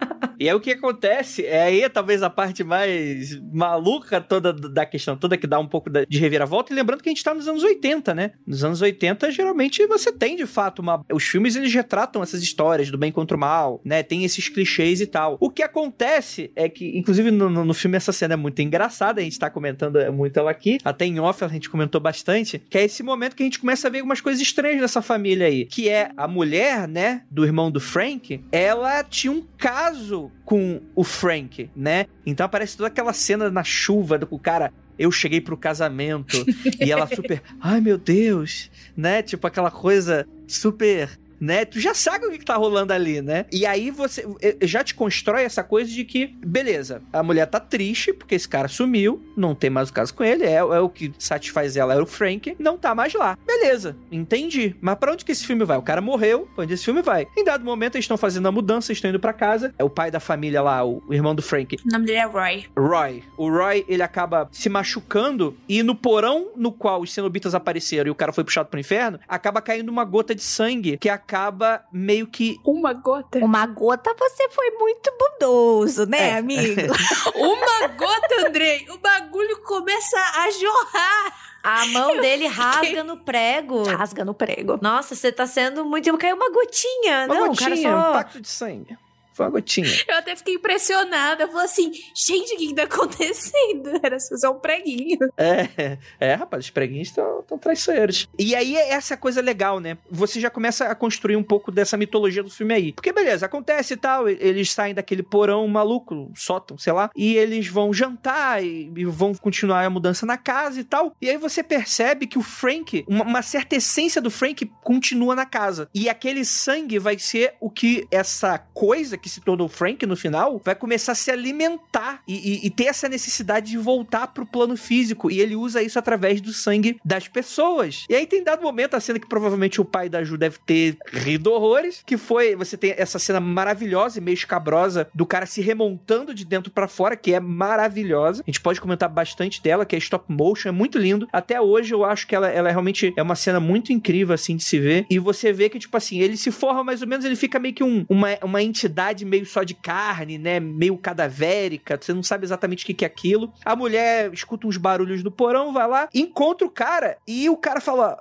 E aí o que acontece, aí talvez a parte mais maluca toda da questão toda, que dá um pouco de reviravolta, e lembrando que a gente tá nos anos 80, né? Nos anos 80, geralmente, você tem, de fato, os filmes, eles retratam essas histórias do bem contra o mal, né? Tem esses clichês e tal. O que acontece é que, inclusive, no filme, essa cena é muito engraçada, a gente tá comentando muito ela aqui, até em off a gente comentou bastante, que é esse momento que a gente começa a ver algumas coisas estranhas dessa família aí, que é a mulher, né, do irmão do Frank, ela tinha um caso com o Frank, né? Então aparece toda aquela cena na chuva do cara... Eu cheguei pro casamento e ela super... Ai, meu Deus! Né? Tipo aquela coisa super... Né? Tu já sabe o que tá rolando ali, né? E aí você já te constrói essa coisa de que, beleza, a mulher tá triste porque esse cara sumiu, não tem mais o caso com ele, é o que satisfaz ela, é o Frank, não tá mais lá. Beleza, entendi. Mas pra onde que esse filme vai? O cara morreu, pra onde esse filme vai? Em dado momento, eles estão fazendo a mudança, estão indo pra casa, é o pai da família lá, o irmão do Frank. O nome dele é Roy. O Roy, ele acaba se machucando e no porão no qual os cenobitas apareceram e o cara foi puxado pro inferno, acaba caindo uma gota de sangue que acaba meio que... Uma gota? Uma gota, você foi muito bondoso, né, amigo? Uma gota, Andrei! O bagulho começa a jorrar! A mão dele rasga no prego. Rasga no prego. Nossa, você tá sendo muito... Caiu uma gotinha. Uma gotinha, o cara só... um pacto de sangue. Foi uma gotinha. Eu até fiquei impressionada. Eu falei assim, gente, o que tá acontecendo? Era só um preguinho. Rapaz, os preguinhos estão traiçoeiros. E aí, essa coisa legal, né? Você já começa a construir um pouco dessa mitologia do filme aí. Porque, beleza, acontece e tal, eles saem daquele porão maluco, sótão, sei lá, e eles vão jantar e vão continuar a mudança na casa e tal. E aí você percebe que o Frank, uma certa essência do Frank continua na casa. E aquele sangue vai ser o que essa coisa que se tornou o Frank no final, vai começar a se alimentar e ter essa necessidade de voltar pro plano físico, e ele usa isso através do sangue das pessoas. E aí tem dado momento, a cena que provavelmente o pai da Ju deve ter rido horrores, que foi, você tem essa cena maravilhosa e meio escabrosa do cara se remontando de dentro pra fora, que é maravilhosa. A gente pode comentar bastante dela, que é stop motion, é muito lindo. Até hoje eu acho que ela realmente é uma cena muito incrível, assim, de se ver. E você vê que, tipo assim, ele se forma mais ou menos, ele fica meio que uma entidade meio só de carne, né? Meio cadavérica, você não sabe exatamente o que é aquilo. A mulher escuta uns barulhos do porão, vai lá, encontra o cara, e o cara fala,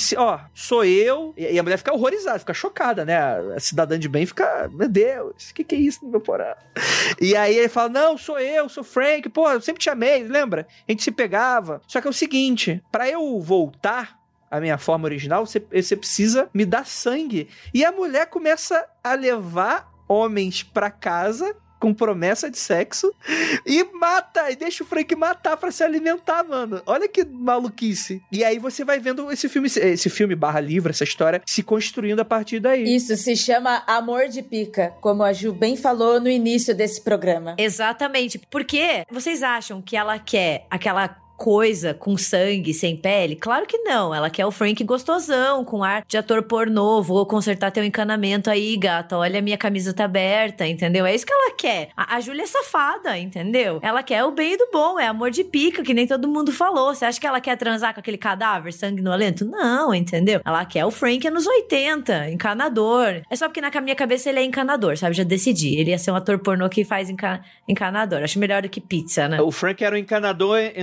sou eu. E a mulher fica horrorizada, fica chocada, né? A cidadã de bem fica, meu Deus, o que é isso no meu porão? E aí ele fala, não, sou Frank, pô, eu sempre te amei, lembra? A gente se pegava. Só que é o seguinte, pra eu voltar a minha forma original, você precisa me dar sangue. E a mulher começa a levar homens pra casa com promessa de sexo e mata, e deixa o Frank matar pra se alimentar, mano. Olha que maluquice. E aí você vai vendo esse filme barra livro, essa história se construindo a partir daí. Isso se chama Amor de Pica, como a Ju bem falou no início desse programa. Exatamente, porque vocês acham que ela quer aquela coisa com sangue, sem pele? Claro que não. Ela quer o Frank gostosão, com ar de ator pornô. Vou consertar teu encanamento aí, gata. Olha, minha camisa tá aberta, entendeu? É isso que ela quer. A Júlia é safada, entendeu? Ela quer o bem e do bom. É amor de pica, que nem todo mundo falou. Você acha que ela quer transar com aquele cadáver sanguinolento? Não, entendeu? Ela quer o Frank anos 80, encanador. É só porque na minha cabeça ele é encanador, sabe? Já decidi. Ele ia ser um ator pornô que faz encanador. Acho melhor do que pizza, né? O Frank era um encanador hedonista.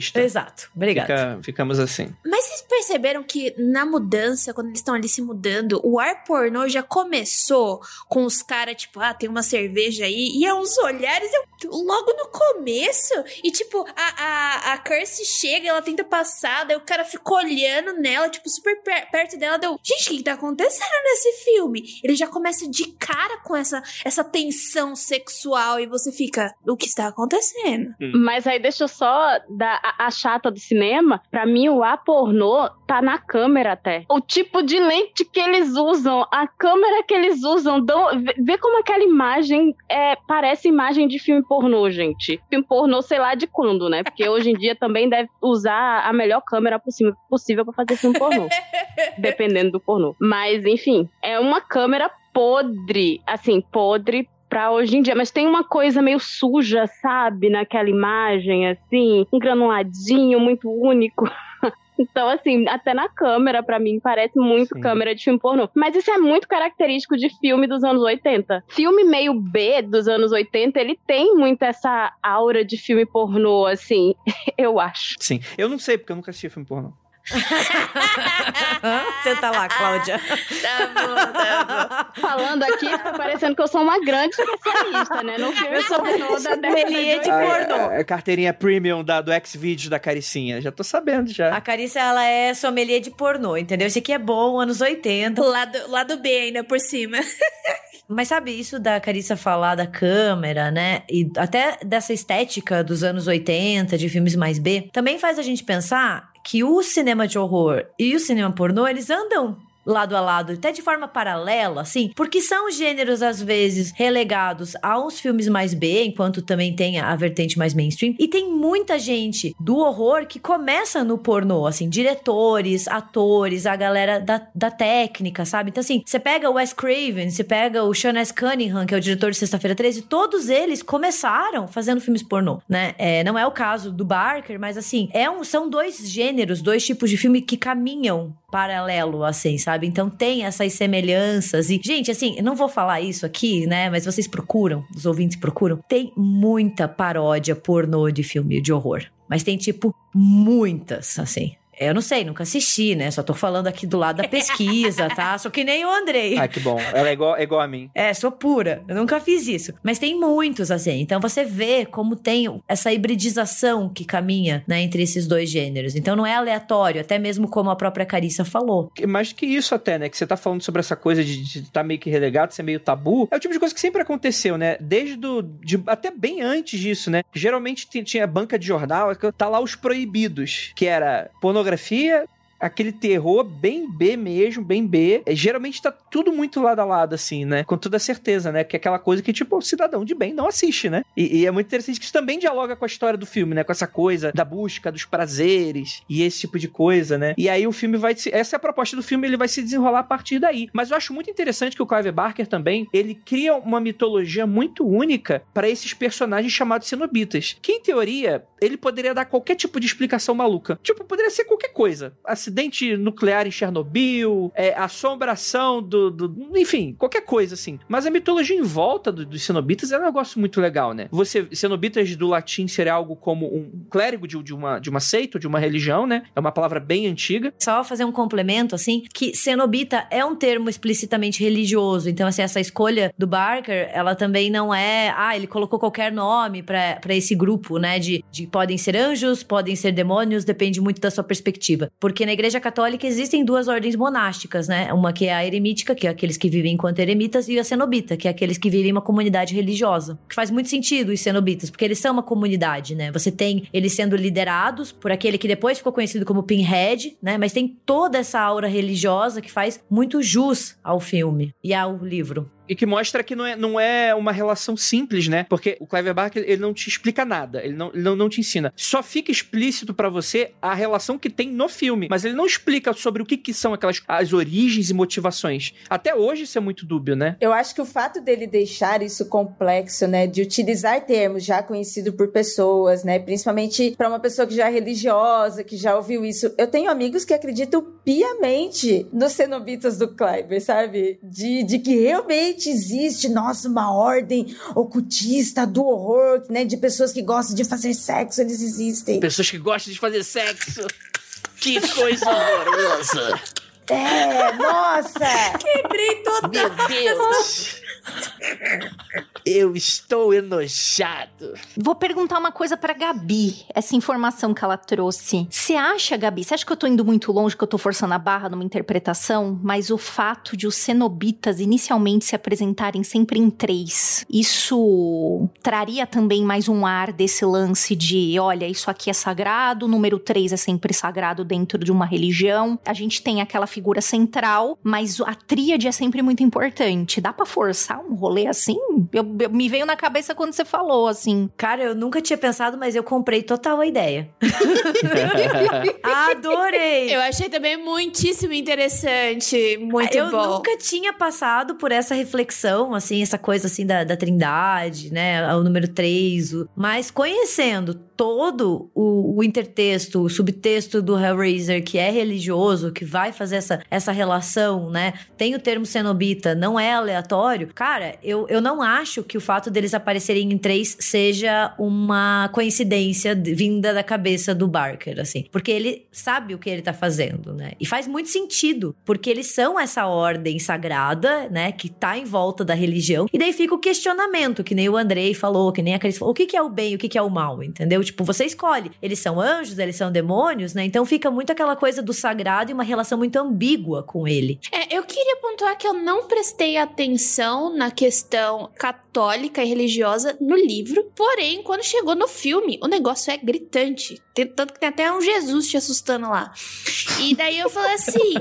lista. Exato. Obrigada. Ficamos assim. Mas vocês perceberam que na mudança, quando eles estão ali se mudando, o ar pornô já começou com os caras, tipo, tem uma cerveja aí, e é uns olhares logo no começo, e tipo, a Kirsty chega, ela tenta passar, daí o cara fica olhando nela, tipo, super perto dela, gente, o que tá acontecendo nesse filme? Ele já começa de cara com essa tensão sexual, e você fica, o que está acontecendo? Mas aí deixa eu só dar a chata do cinema, pra mim o ar pornô tá na câmera até. O tipo de lente que eles usam, a câmera que eles usam, vê como aquela imagem parece imagem de filme pornô, gente. Filme pornô, sei lá de quando, né? Porque hoje em dia também deve usar a melhor câmera possível pra fazer filme pornô. Dependendo do pornô. Mas, enfim, é uma câmera podre, assim, podre pra hoje em dia, mas tem uma coisa meio suja, sabe, naquela imagem, assim, um granuladinho muito único. Então, assim, até na câmera, pra mim, parece muito câmera de filme pornô. Mas isso é muito característico de filme dos anos 80. Filme meio B dos anos 80, ele tem muito essa aura de filme pornô, assim, eu acho. Sim, eu não sei, porque eu nunca assisti filme pornô. Senta lá, Cláudia. Tá bom. Falando aqui, tá parecendo que eu sou uma grande especialista, né? No filme Eu sou pornô da sommelier de pornô. A carteirinha premium do Xvideos da Caricinha. Já tô sabendo, já. A Carissa, ela é sommelier de pornô, entendeu? Esse aqui é bom, anos 80. Lado B ainda por cima. Mas sabe, isso da Carissa falar da câmera, né? E até dessa estética dos anos 80, de filmes mais B, também faz a gente pensar que o cinema de horror e o cinema pornô, eles andam lado a lado, até de forma paralela, assim, porque são gêneros, às vezes, relegados a uns filmes mais B, enquanto também tem a vertente mais mainstream, e tem muita gente do horror que começa no pornô, assim, diretores, atores, a galera da técnica, sabe? Então, assim, você pega o Wes Craven, você pega o Sean S. Cunningham, que é o diretor de Sexta-feira 13, todos eles começaram fazendo filmes pornô, né? Não é o caso do Barker, mas, assim, são dois gêneros, dois tipos de filme que caminham paralelo, assim, sabe? Então tem essas semelhanças e, gente, assim, eu não vou falar isso aqui, né? Mas vocês procuram, os ouvintes procuram. Tem muita paródia pornô de filme de horror. Mas tem, tipo, muitas, assim. Eu não sei, nunca assisti, né? Só tô falando aqui do lado da pesquisa, tá? Sou que nem o Andrei. Ah, que bom. Ela é igual a mim. Sou pura. Eu nunca fiz isso. Mas tem muitos, assim. Então você vê como tem essa hibridização que caminha, né, entre esses dois gêneros. Então não é aleatório, até mesmo como a própria Carissa falou. Mais do que isso até, né? Que você tá falando sobre essa coisa de estar meio que relegado, ser meio tabu. É o tipo de coisa que sempre aconteceu, né? Desde até bem antes disso, né? Geralmente tinha banca de jornal, tá lá os proibidos, que era pornografia, aquele terror bem B mesmo, bem B. Geralmente tá tudo muito lado a lado, assim, né? Com toda certeza, né? Que é aquela coisa que, tipo, o cidadão de bem não assiste, né? E é muito interessante que isso também dialoga com a história do filme, né? Com essa coisa da busca dos prazeres e esse tipo de coisa, né? E aí o filme essa é a proposta do filme, ele vai se desenrolar a partir daí. Mas eu acho muito interessante que o Clive Barker também, ele cria uma mitologia muito única para esses personagens chamados cenobitas. Que, em teoria, ele poderia dar qualquer tipo de explicação maluca. Tipo, poderia ser qualquer coisa. Acidente nuclear em Chernobyl, assombração enfim, qualquer coisa, assim. Mas a mitologia em volta dos cenobitas é um negócio muito legal, né? Cenobitas do latim seria algo como um clérigo de uma seita, de uma religião, né? É uma palavra bem antiga. Só fazer um complemento, assim, que cenobita é um termo explicitamente religioso. Então, assim, essa escolha do Barker, ela também não é... ele colocou qualquer nome pra esse grupo, né? De podem ser anjos, podem ser demônios, depende muito da sua perspectiva. Porque na Igreja Católica existem duas ordens monásticas, né? Uma que é a eremítica, que é aqueles que vivem enquanto eremitas, e a cenobita, que é aqueles que vivem em uma comunidade religiosa. Que faz muito sentido os cenobitas, porque eles são uma comunidade, né? Você tem eles sendo liderados por aquele que depois ficou conhecido como Pinhead, né? Mas tem toda essa aura religiosa que faz muito jus ao filme e ao livro. E que mostra que não é uma relação simples, né? Porque o Clive Barker, ele não te explica nada. Ele não te ensina. Só fica explícito pra você a relação que tem no filme. Mas ele não explica sobre o que são as origens e motivações. Até hoje isso é muito dúbio, né? Eu acho que o fato dele deixar isso complexo, né? De utilizar termos já conhecidos por pessoas, né? Principalmente pra uma pessoa que já é religiosa, que já ouviu isso. Eu tenho amigos que acreditam piamente nos cenobitas do Clive, sabe? De que realmente realmente existe, nossa, uma ordem ocultista do horror, né? De pessoas que gostam de fazer sexo, eles existem. Pessoas que gostam de fazer sexo. Que coisa horrorosa. Nossa! Quebrei toda. Meu Deus. Eu estou enojado. Vou perguntar uma coisa pra Gabi, essa informação que ela trouxe. Você acha, Gabi, você acha que eu tô indo muito longe, que eu tô forçando a barra numa interpretação? Mas o fato de os cenobitas inicialmente se apresentarem sempre em 3, isso traria também mais um ar desse lance de, olha, isso aqui é sagrado, o número 3 é sempre sagrado dentro de uma religião. A gente tem aquela figura central, mas a tríade é sempre muito importante. Dá pra forçar um rolê assim? Me veio na cabeça quando você falou, assim. Cara, eu nunca tinha pensado, mas eu comprei total a ideia. Adorei! Eu achei também muitíssimo interessante, muito bom. Eu nunca tinha passado por essa reflexão, assim, essa coisa assim da trindade, né, o número 3, mas conhecendo todo o intertexto, o subtexto do Hellraiser, que é religioso, que vai fazer essa relação, né, tem o termo cenobita, não é aleatório, cara, eu não acho que o fato deles aparecerem em 3 seja uma coincidência vinda da cabeça do Barker, assim, porque ele sabe o que ele tá fazendo, né, e faz muito sentido, porque eles são essa ordem sagrada, né, que tá em volta da religião, e daí fica o questionamento, que nem o Andrei falou, que nem a Cris falou, o que é o bem e o que é o mal, entendeu? Tipo, você escolhe, eles são anjos, eles são demônios, né, então fica muito aquela coisa do sagrado e uma relação muito ambígua com ele. Eu queria pontuar que eu não prestei atenção na questão católica e religiosa no livro, porém, quando chegou no filme, o negócio é gritante. Tanto que tem até um Jesus te assustando lá. E daí eu falei assim,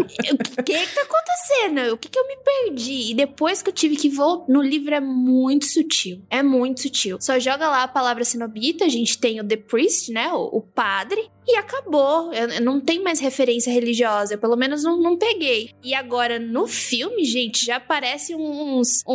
o que tá acontecendo? O que eu me perdi? E depois que eu tive que voltar, no livro é muito sutil. É muito sutil. Só joga lá a palavra cenobita, a gente tem o The Priest, né? O padre. E acabou. Eu não tem mais referência religiosa. Eu, pelo menos, não peguei. E agora, no filme, gente, já aparece uns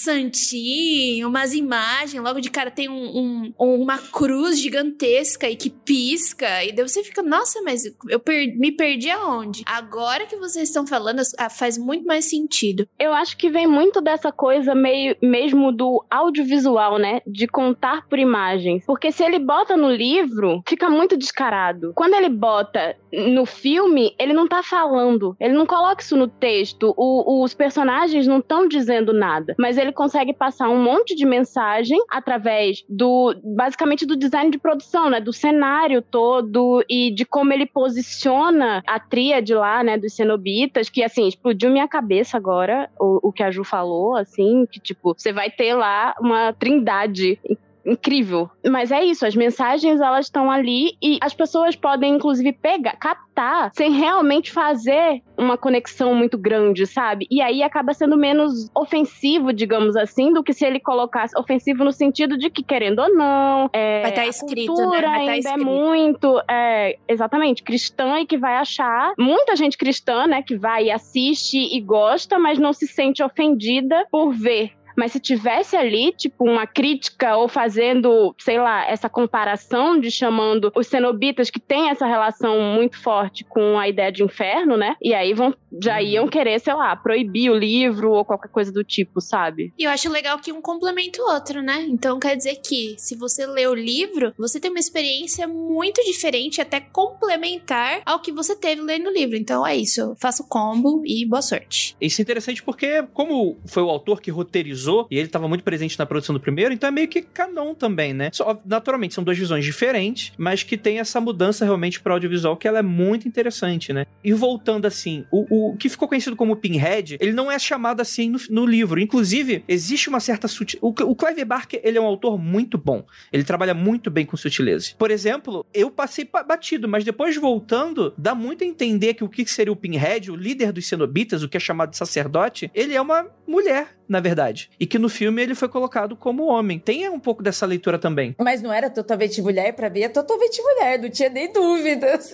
santinhos, umas imagens. Logo de cara tem uma cruz gigantesca e que pisca. E daí você fica, nossa, mas eu me perdi aonde? Agora que vocês estão falando, faz muito mais sentido. Eu acho que vem muito dessa coisa mesmo do audiovisual, né? De contar por imagens. Porque se ele bota no livro, fica muito descarado. Quando ele bota no filme, ele não tá falando. Ele não coloca isso no texto. Os personagens não estão dizendo nada. Mas ele consegue passar um monte de mensagem através basicamente do design de produção, né? Do cenário todo e de como ele posiciona a tríade lá, né? Dos cenobitas, que, assim, explodiu minha cabeça agora, o que a Ju falou, assim, que, tipo, você vai ter lá uma trindade incrível. Mas é isso, as mensagens, elas estão ali e as pessoas podem, inclusive, captar sem realmente fazer uma conexão muito grande, sabe? E aí acaba sendo menos ofensivo, digamos assim, do que se ele colocasse ofensivo no sentido de que, querendo ou não, vai estar escrito, a cultura, né? Vai ainda escrito. É muito, exatamente, cristã e que vai achar, muita gente cristã, né, que vai e assiste e gosta, mas não se sente ofendida por ver. Mas se tivesse ali, tipo, uma crítica ou fazendo, sei lá, essa comparação de chamando os cenobitas que tem essa relação muito forte com a ideia de inferno, né? E aí já iam querer, sei lá, proibir o livro ou qualquer coisa do tipo, sabe? E eu acho legal que um complementa o outro, né? Então quer dizer que se você lê o livro, você tem uma experiência muito diferente, até complementar ao que você teve lendo o livro. Então é isso, faça o combo e boa sorte. Isso é interessante porque, como foi o autor que roteirizou, e ele estava muito presente na produção do primeiro, então é meio que canon também, né? Naturalmente, são duas visões diferentes, mas que tem essa mudança realmente para o audiovisual, que ela é muito interessante, né? E voltando assim, o que ficou conhecido como Pinhead, ele não é chamado assim no livro. Inclusive, existe uma certa o Clive Barker, ele é um autor muito bom. Ele trabalha muito bem com sutileza. Por exemplo, eu passei batido, mas depois voltando, dá muito a entender que o que seria o Pinhead, o líder dos cenobitas, o que é chamado de sacerdote, ele é uma mulher, na verdade. E que no filme ele foi colocado como homem. Tem um pouco dessa leitura também. Mas não era totalmente mulher? Pra mim é totalmente mulher, não tinha nem dúvidas.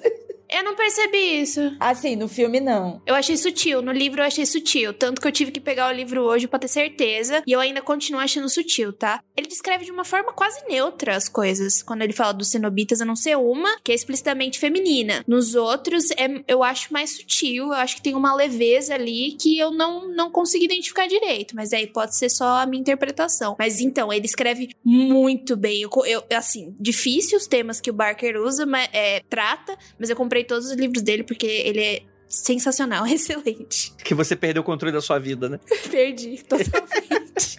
Eu não percebi isso. Assim, no filme não. Eu achei sutil. No livro eu achei sutil. Tanto que eu tive que pegar o livro hoje pra ter certeza. E eu ainda continuo achando sutil, tá? Ele descreve de uma forma quase neutra as coisas. Quando ele fala dos cenobitas, a não ser uma, que é explicitamente feminina. Nos outros, eu acho mais sutil. Eu acho que tem uma leveza ali que eu não consegui identificar direito. Mas aí pode ser só a minha interpretação. Mas então, ele escreve muito bem. Assim, difícil os temas que o Barker usa, trata, mas eu comprei todos os livros dele porque ele é sensacional, excelente. Que você perdeu o controle da sua vida, né? Perdi, totalmente.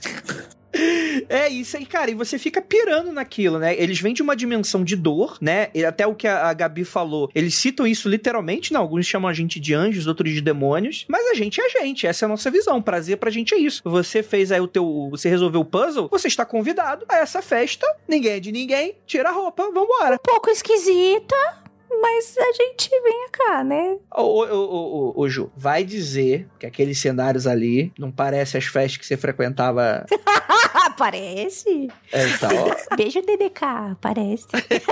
É isso aí, cara, e você fica pirando naquilo, né? Eles vêm de uma dimensão de dor, né? E até o que a Gabi falou, eles citam isso literalmente, né? Alguns chamam a gente de anjos, outros de demônios, mas a gente é gente, essa é a nossa visão. Prazer pra gente é isso. Você fez aí você resolveu o puzzle, você está convidado a essa festa, ninguém é de ninguém, tira a roupa, vambora. Um pouco esquisita, mas a gente vem cá, né? Ô, Ju, vai dizer que aqueles cenários ali não parecem as festas que você frequentava... Parece. Então, Beijo, DDK, parece.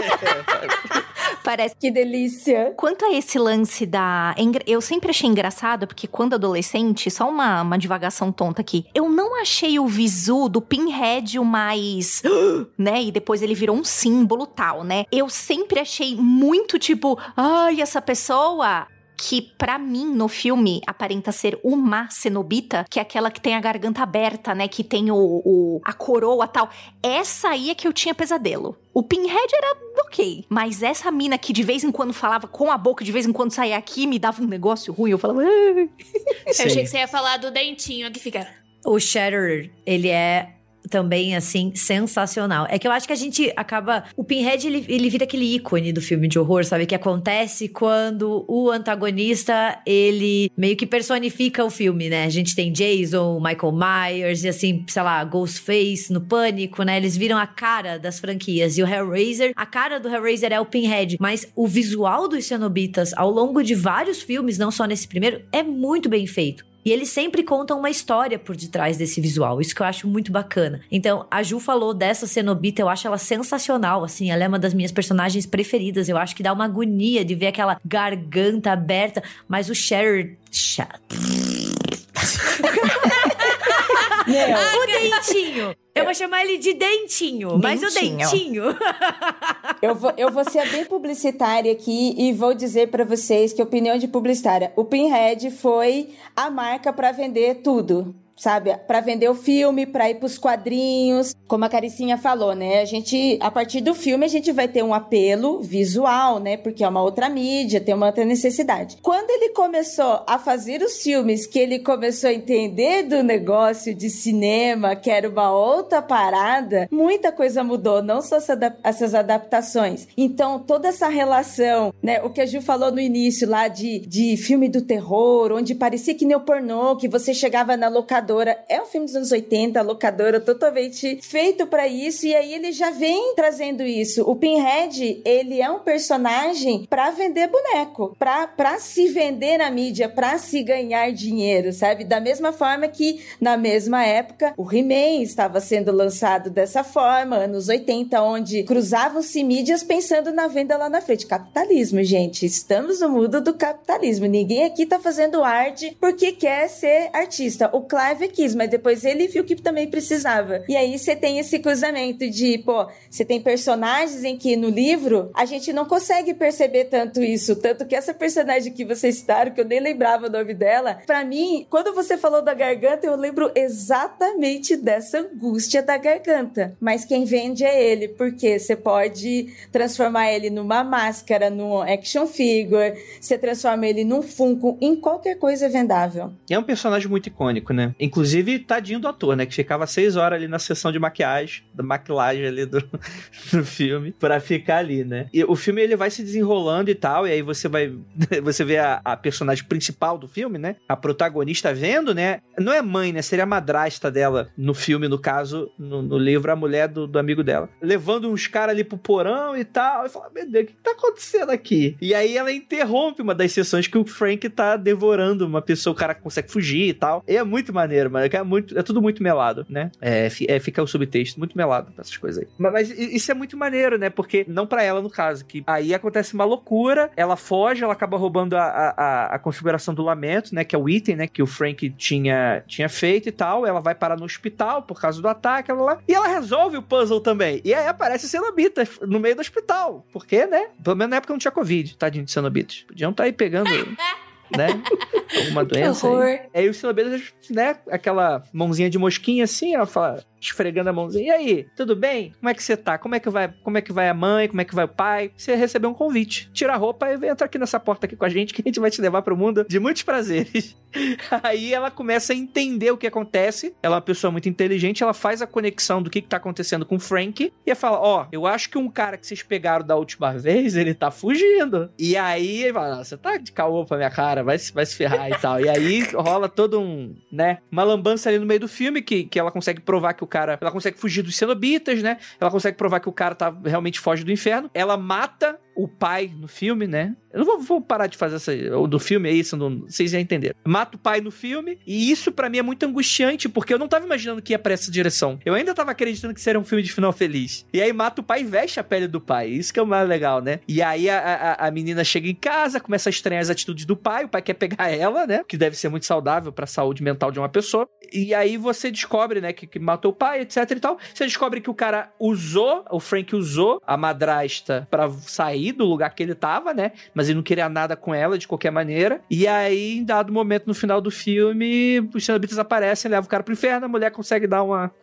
Parece. Que delícia. Quanto a esse lance eu sempre achei engraçado, porque quando adolescente, só uma divagação tonta aqui, eu não achei o visu do Pinhead o mais... né? E depois ele virou um símbolo tal, né? Eu sempre achei muito tipo... Ai, essa pessoa... que pra mim, no filme, aparenta ser uma cenobita, que é aquela que tem a garganta aberta, né, que tem a coroa e tal. Essa aí é que eu tinha pesadelo. O Pinhead era ok, mas essa mina que de vez em quando falava com a boca, de vez em quando saía aqui, me dava um negócio ruim, eu falava... Eu achei que você ia falar do dentinho que fica... O Shatter, ele é... também, assim, sensacional. É que eu acho que a gente acaba... O Pinhead, ele vira aquele ícone do filme de horror, sabe? Que acontece quando o antagonista, ele meio que personifica o filme, né? A gente tem Jason, Michael Myers e, assim, sei lá, Ghostface no Pânico, né? Eles viram a cara das franquias. E o Hellraiser, a cara do Hellraiser é o Pinhead. Mas o visual dos cenobitas, ao longo de vários filmes, não só nesse primeiro, é muito bem feito. E eles sempre contam uma história por detrás desse visual. Isso que eu acho muito bacana. Então, a Ju falou dessa cenobita, eu acho ela sensacional, assim. Ela é uma das minhas personagens preferidas. Eu acho que dá uma agonia de ver aquela garganta aberta. Mas o Shatter... O dentinho. Eu vou chamar ele de dentinho. Mas o dentinho. Eu vou ser bem publicitária aqui e vou dizer pra vocês que, opinião de publicitária, o Pinhead foi a marca pra vender tudo. Sabe, pra vender o filme, pra ir pros quadrinhos, como a Caricinha falou, né, a partir do filme, a gente vai ter um apelo visual, né, porque é uma outra mídia, tem uma outra necessidade. Quando ele começou a fazer os filmes, que ele começou a entender do negócio de cinema, que era uma outra parada, muita coisa mudou, não só essas adaptações. Então, toda essa relação, né, o que a Ju falou no início lá de filme do terror, onde parecia que nem o pornô, que você chegava na locadora. É um filme dos anos 80, a locadora totalmente feito pra isso, e aí ele já vem trazendo isso. O Pinhead, ele é um personagem pra vender boneco, pra se vender na mídia, pra se ganhar dinheiro, sabe? Da mesma forma que, na mesma época, o He-Man estava sendo lançado dessa forma, anos 80, onde cruzavam-se mídias pensando na venda lá na frente. Capitalismo, gente. Estamos no mundo do capitalismo. Ninguém aqui tá fazendo arte porque quer ser artista. O Clive quis, mas depois ele viu que também precisava. E aí você tem esse cruzamento de, você tem personagens em que no livro a gente não consegue perceber tanto isso, tanto que essa personagem que vocês citaram, que eu nem lembrava o nome dela, pra mim, quando você falou da garganta, eu lembro exatamente dessa angústia da garganta. Mas quem vende é ele, porque você pode transformar ele numa máscara, num action figure, você transforma ele num Funko, em qualquer coisa vendável. E é um personagem muito icônico, né? Inclusive, tadinho do ator, né? Que ficava 6 horas ali na sessão de maquilagem ali do filme, pra ficar ali, né? E o filme, ele vai se desenrolando e tal, e aí você vê a personagem principal do filme, né? A protagonista vendo, né? Não é mãe, né? Seria a madrasta dela no filme, no caso, no livro, a mulher do amigo dela. Levando uns caras ali pro porão e tal, e fala, meu Deus, o que tá acontecendo aqui? E aí ela interrompe uma das sessões que o Frank tá devorando uma pessoa, o cara consegue fugir e tal. E é muito maneiro. maneiro, mas é tudo muito melado, né? Fica o subtexto, muito melado pra essas coisas aí. Mas isso é muito maneiro, né? Porque, não pra ela, no caso, que aí acontece uma loucura, ela foge, ela acaba roubando a configuração do lamento, né? Que é o item, né? Que o Frank tinha feito e tal. Ela vai parar no hospital por causa do ataque, lá. E ela resolve o puzzle também. E aí aparece cenobitas no meio do hospital. Por quê, né? Pelo menos na época não tinha Covid, tadinho de cenobitas. Podiam estar aí pegando... né? Alguma doença. Que horror. Aí os cenobitas, né? Aquela mãozinha de mosquinha assim, ela fala, esfregando a mãozinha. E aí, tudo bem? Como é que você tá? Como é que vai a mãe? Como é que vai o pai? Você recebeu um convite. Tira a roupa e vem entrar aqui nessa porta aqui com a gente, que a gente vai te levar pro mundo de muitos prazeres. Aí ela começa a entender o que acontece. Ela é uma pessoa muito inteligente, ela faz a conexão do que tá acontecendo com o Frank. E ela fala, eu acho que um cara que vocês pegaram da última vez, ele tá fugindo. E aí, ele fala, você tá de caô pra minha cara, vai se ferrar e tal. E aí rola todo uma lambança ali no meio do filme, que ela consegue provar que o cara, ela consegue fugir dos cenobitas, né? Ela consegue provar que o cara realmente foge do inferno. Ela mata o pai no filme, né? Eu não vou parar de fazer do filme, é isso, vocês já entenderam. Mata o pai no filme, e isso pra mim é muito angustiante, porque eu não tava imaginando que ia pra essa direção. Eu ainda tava acreditando que seria um filme de final feliz. E aí mata o pai e veste a pele do pai. Isso que é o mais legal, né? E aí a menina chega em casa, começa a estranhar as atitudes do pai, o pai quer pegar ela, né? Que deve ser muito saudável pra saúde mental de uma pessoa. E aí você descobre, né, que matou o pai, etc e tal. Você descobre que o Frank usou a madrasta pra sair do lugar que ele tava, né? Mas ele não queria nada com ela de qualquer maneira. E aí, em dado momento, no final do filme, os cenobitas aparecem, levam o cara pro inferno, a mulher consegue dar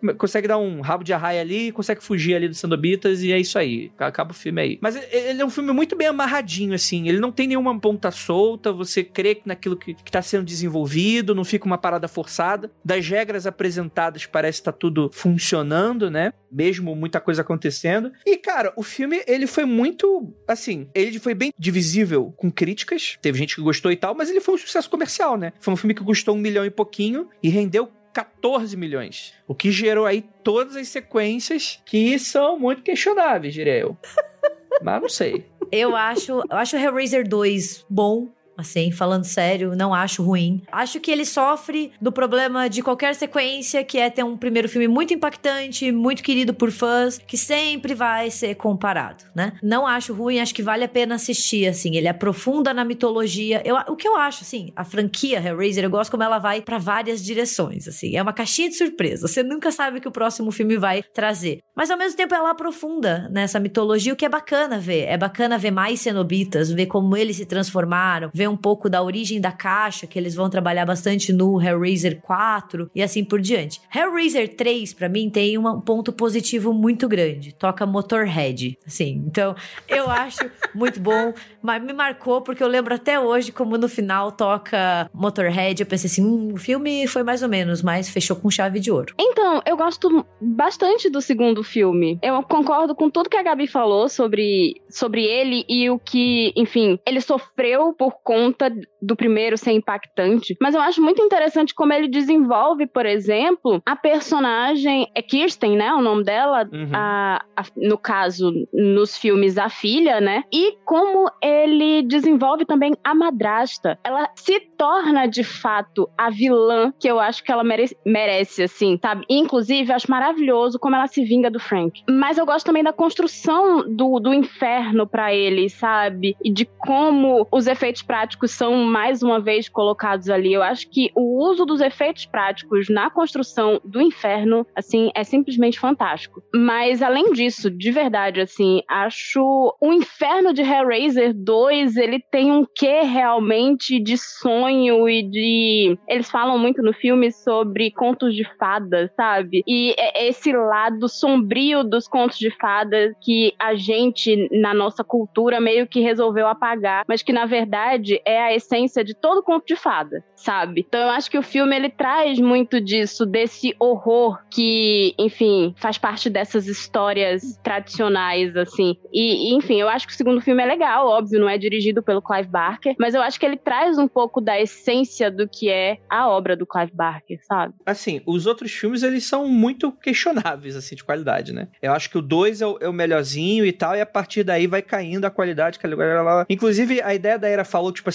um rabo de arraia ali, consegue fugir ali dos cenobitas, e é isso aí. Acaba o filme aí. Mas ele é um filme muito bem amarradinho, assim. Ele não tem nenhuma ponta solta, você crê naquilo que tá sendo desenvolvido, não fica uma parada forçada. Das regras apresentadas, parece que tá tudo funcionando, né? Mesmo muita coisa acontecendo. E, cara, o filme, ele foi muito, assim, ele foi bem divisível com críticas. Teve gente que gostou e tal, mas ele foi um sucesso comercial, né? Foi um filme que custou 1 milhão e pouquinho e rendeu 14 milhões. O que gerou aí todas as sequências que são muito questionáveis, diria eu. Mas não sei. Eu acho Hellraiser 2 bom. Assim, falando sério, não acho ruim. Acho que ele sofre do problema de qualquer sequência, que é ter um primeiro filme muito impactante, muito querido por fãs, que sempre vai ser comparado, né? Não acho ruim, acho que vale a pena assistir, assim. Ele aprofunda na mitologia. O que eu acho, assim, a franquia Hellraiser, eu gosto como ela vai pra várias direções, assim. É uma caixinha de surpresa. Você nunca sabe o que o próximo filme vai trazer. Mas, ao mesmo tempo, ela aprofunda nessa mitologia, o que é bacana ver. É bacana ver mais cenobitas, ver como eles se transformaram, ver um pouco da origem da caixa, que eles vão trabalhar bastante no Hellraiser 4 e assim por diante. Hellraiser 3, pra mim, tem um ponto positivo muito grande. Toca Motorhead, assim. Então, eu acho muito bom, mas me marcou porque eu lembro até hoje como no final toca Motorhead. Eu pensei assim, o filme foi mais ou menos, mas fechou com chave de ouro. Então, eu gosto bastante do segundo filme. Eu concordo com tudo que a Gabi falou sobre ele e o que, enfim, ele sofreu por conta do primeiro ser impactante. Mas eu acho muito interessante como ele desenvolve, por exemplo, a personagem, é Kirsten, né, o nome dela, no caso, nos filmes, a filha, né, e como ele desenvolve também a madrasta. Ela se torna, de fato, a vilã que eu acho que ela merece, assim, sabe? Inclusive, eu acho maravilhoso como ela se vinga do Frank. Mas eu gosto também da construção do inferno pra ele, sabe? E de como os efeitos práticos são, mais uma vez, colocados ali. Eu acho que o uso dos efeitos práticos na construção do inferno, assim, é simplesmente fantástico. Mas, além disso, de verdade, assim, acho o inferno de Hellraiser 2, ele tem um quê realmente de sonho e de... Eles falam muito no filme sobre contos de fadas, sabe? E é esse lado sombrio dos contos de fadas que a gente, na nossa cultura, meio que resolveu apagar, mas que, na verdade, é a essência de todo conto de fada, sabe? Então eu acho que o filme, ele traz muito disso, desse horror que, enfim, faz parte dessas histórias tradicionais, assim. E enfim, eu acho que o segundo filme é legal, óbvio, não é dirigido pelo Clive Barker, mas eu acho que ele traz um pouco da essência do que é a obra do Clive Barker, sabe? Assim, os outros filmes, eles são muito questionáveis, assim, de qualidade, né? Eu acho que o 2 é o melhorzinho e tal, e a partir daí vai caindo a qualidade. Inclusive, a ideia da Era falou, tipo assim, não, tem gente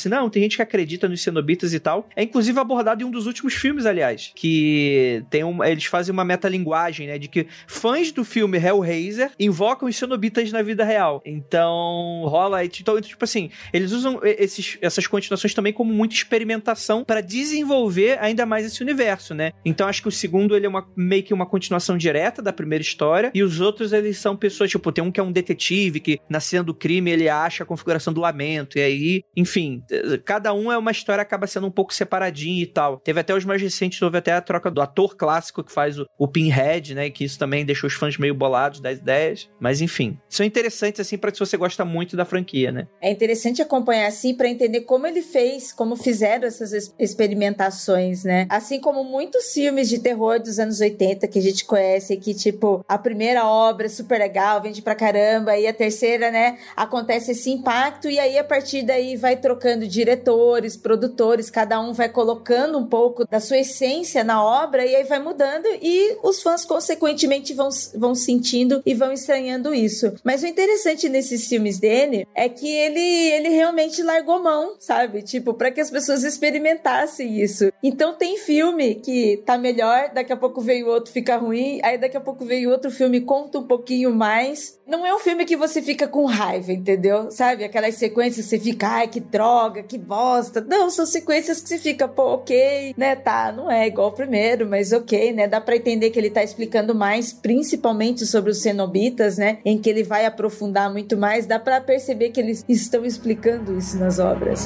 gente que acredita nos cenobitas e tal. É inclusive abordado em um dos últimos filmes, aliás, que eles fazem uma metalinguagem, né, de que fãs do filme Hellraiser invocam os cenobitas na vida real. Então, rola... Então, tipo assim, eles usam essas continuações também como muita experimentação para desenvolver ainda mais esse universo, né? Então, acho que o segundo, ele é meio que uma continuação direta da primeira história, e os outros, eles são pessoas, tipo, tem um que é um detetive, que na cena do crime, ele acha a configuração do lamento, e aí, enfim, cada um é uma história, acaba sendo um pouco separadinho e tal. Teve até os mais recentes, houve até a troca do ator clássico que faz o Pinhead, né, que isso também deixou os fãs meio bolados das ideias, mas enfim, são interessantes, assim, pra se você gosta muito da franquia, né? É interessante acompanhar, assim, pra entender como ele fez, como fizeram essas experimentações, né? Assim como muitos filmes de terror dos anos 80 que a gente conhece, que, tipo, a primeira obra é super legal, vende pra caramba, e a terceira, né, acontece esse impacto, e aí a partir daí vai trocando diretores, produtores, cada um vai colocando um pouco da sua essência na obra, e aí vai mudando, e os fãs consequentemente vão sentindo e vão estranhando isso. Mas o interessante nesses filmes dele é que ele realmente largou mão, sabe? Tipo, pra que as pessoas experimentassem isso. Então tem filme que tá melhor, daqui a pouco veio outro, fica ruim, aí daqui a pouco veio outro filme, conta um pouquinho mais. Não é um filme que você fica com raiva, entendeu? Sabe? Aquelas sequências que você fica, ai, que droga, que bosta. Não, são sequências que você fica, pô, ok, né? Tá, não é igual o primeiro, mas ok, né? Dá pra entender que ele tá explicando mais, principalmente sobre os cenobitas, né? Em que ele vai aprofundar muito mais. Dá pra perceber que eles estão explicando isso nas obras.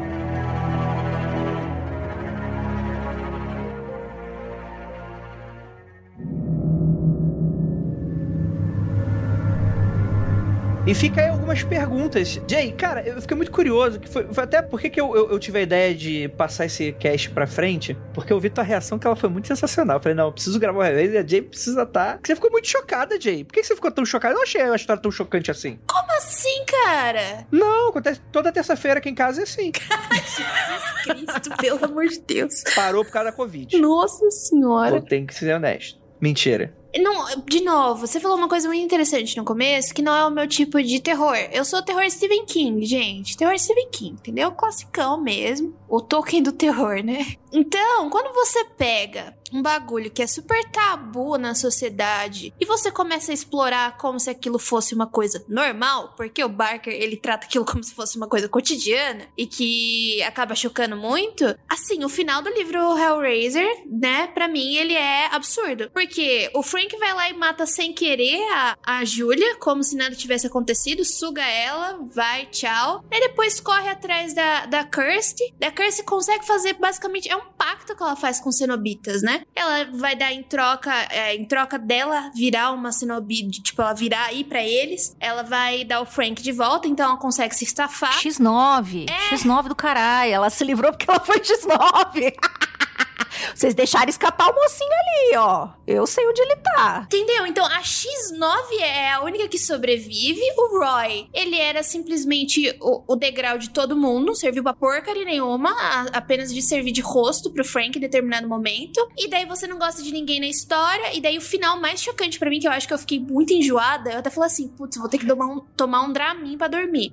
E fica aí algumas perguntas. Jay, cara, eu fiquei muito curioso, que foi até porque que eu tive a ideia de passar esse cast pra frente, porque eu vi tua reação, que ela foi muito sensacional. Eu falei, não, eu preciso gravar uma vez, e a Jay precisa estar... Você ficou muito chocada, Jay. Por que você ficou tão chocada? Eu não achei a história tão chocante assim. Como assim, cara? Não, acontece toda terça-feira aqui em casa é assim. Jesus Cristo, pelo amor de Deus. Parou por causa da Covid. Nossa senhora. Eu tenho que ser honesto. Mentira. Não, de novo, você falou uma coisa muito interessante no começo, que não é o meu tipo de terror. Eu sou terror Stephen King, gente. Terror Stephen King, entendeu? Classicão mesmo. O Tolkien do terror, né? Então, quando você pega um bagulho que é super tabu na sociedade e você começa a explorar como se aquilo fosse uma coisa normal, porque o Barker, ele trata aquilo como se fosse uma coisa cotidiana e que acaba chocando muito, assim, o final do livro Hellraiser, né, pra mim ele é absurdo, porque o Frank vai lá e mata sem querer a Julia, como se nada tivesse acontecido, suga ela, vai, tchau, e depois corre atrás da Kirsty. Da Kirsty consegue fazer, basicamente, é um pacto que ela faz com os cenobitas, né? Ela vai dar em troca dela virar uma cenobita, tipo, ela virar aí pra eles, ela vai dar o Frank de volta, então ela consegue se estafar. X9. X9 do caralho. Ela se livrou porque ela foi X9. Vocês deixaram escapar o mocinho ali, ó. Eu sei onde ele tá. Entendeu? Então, a X9 é a única que sobrevive. O Roy, ele era simplesmente o degrau de todo mundo. Não serviu pra porcaria nenhuma. Apenas de servir de rosto pro Frank em determinado momento. E daí você não gosta de ninguém na história. E daí o final mais chocante pra mim, que eu acho que eu fiquei muito enjoada. Eu até falei assim, putz, vou ter que tomar um Dramin pra dormir.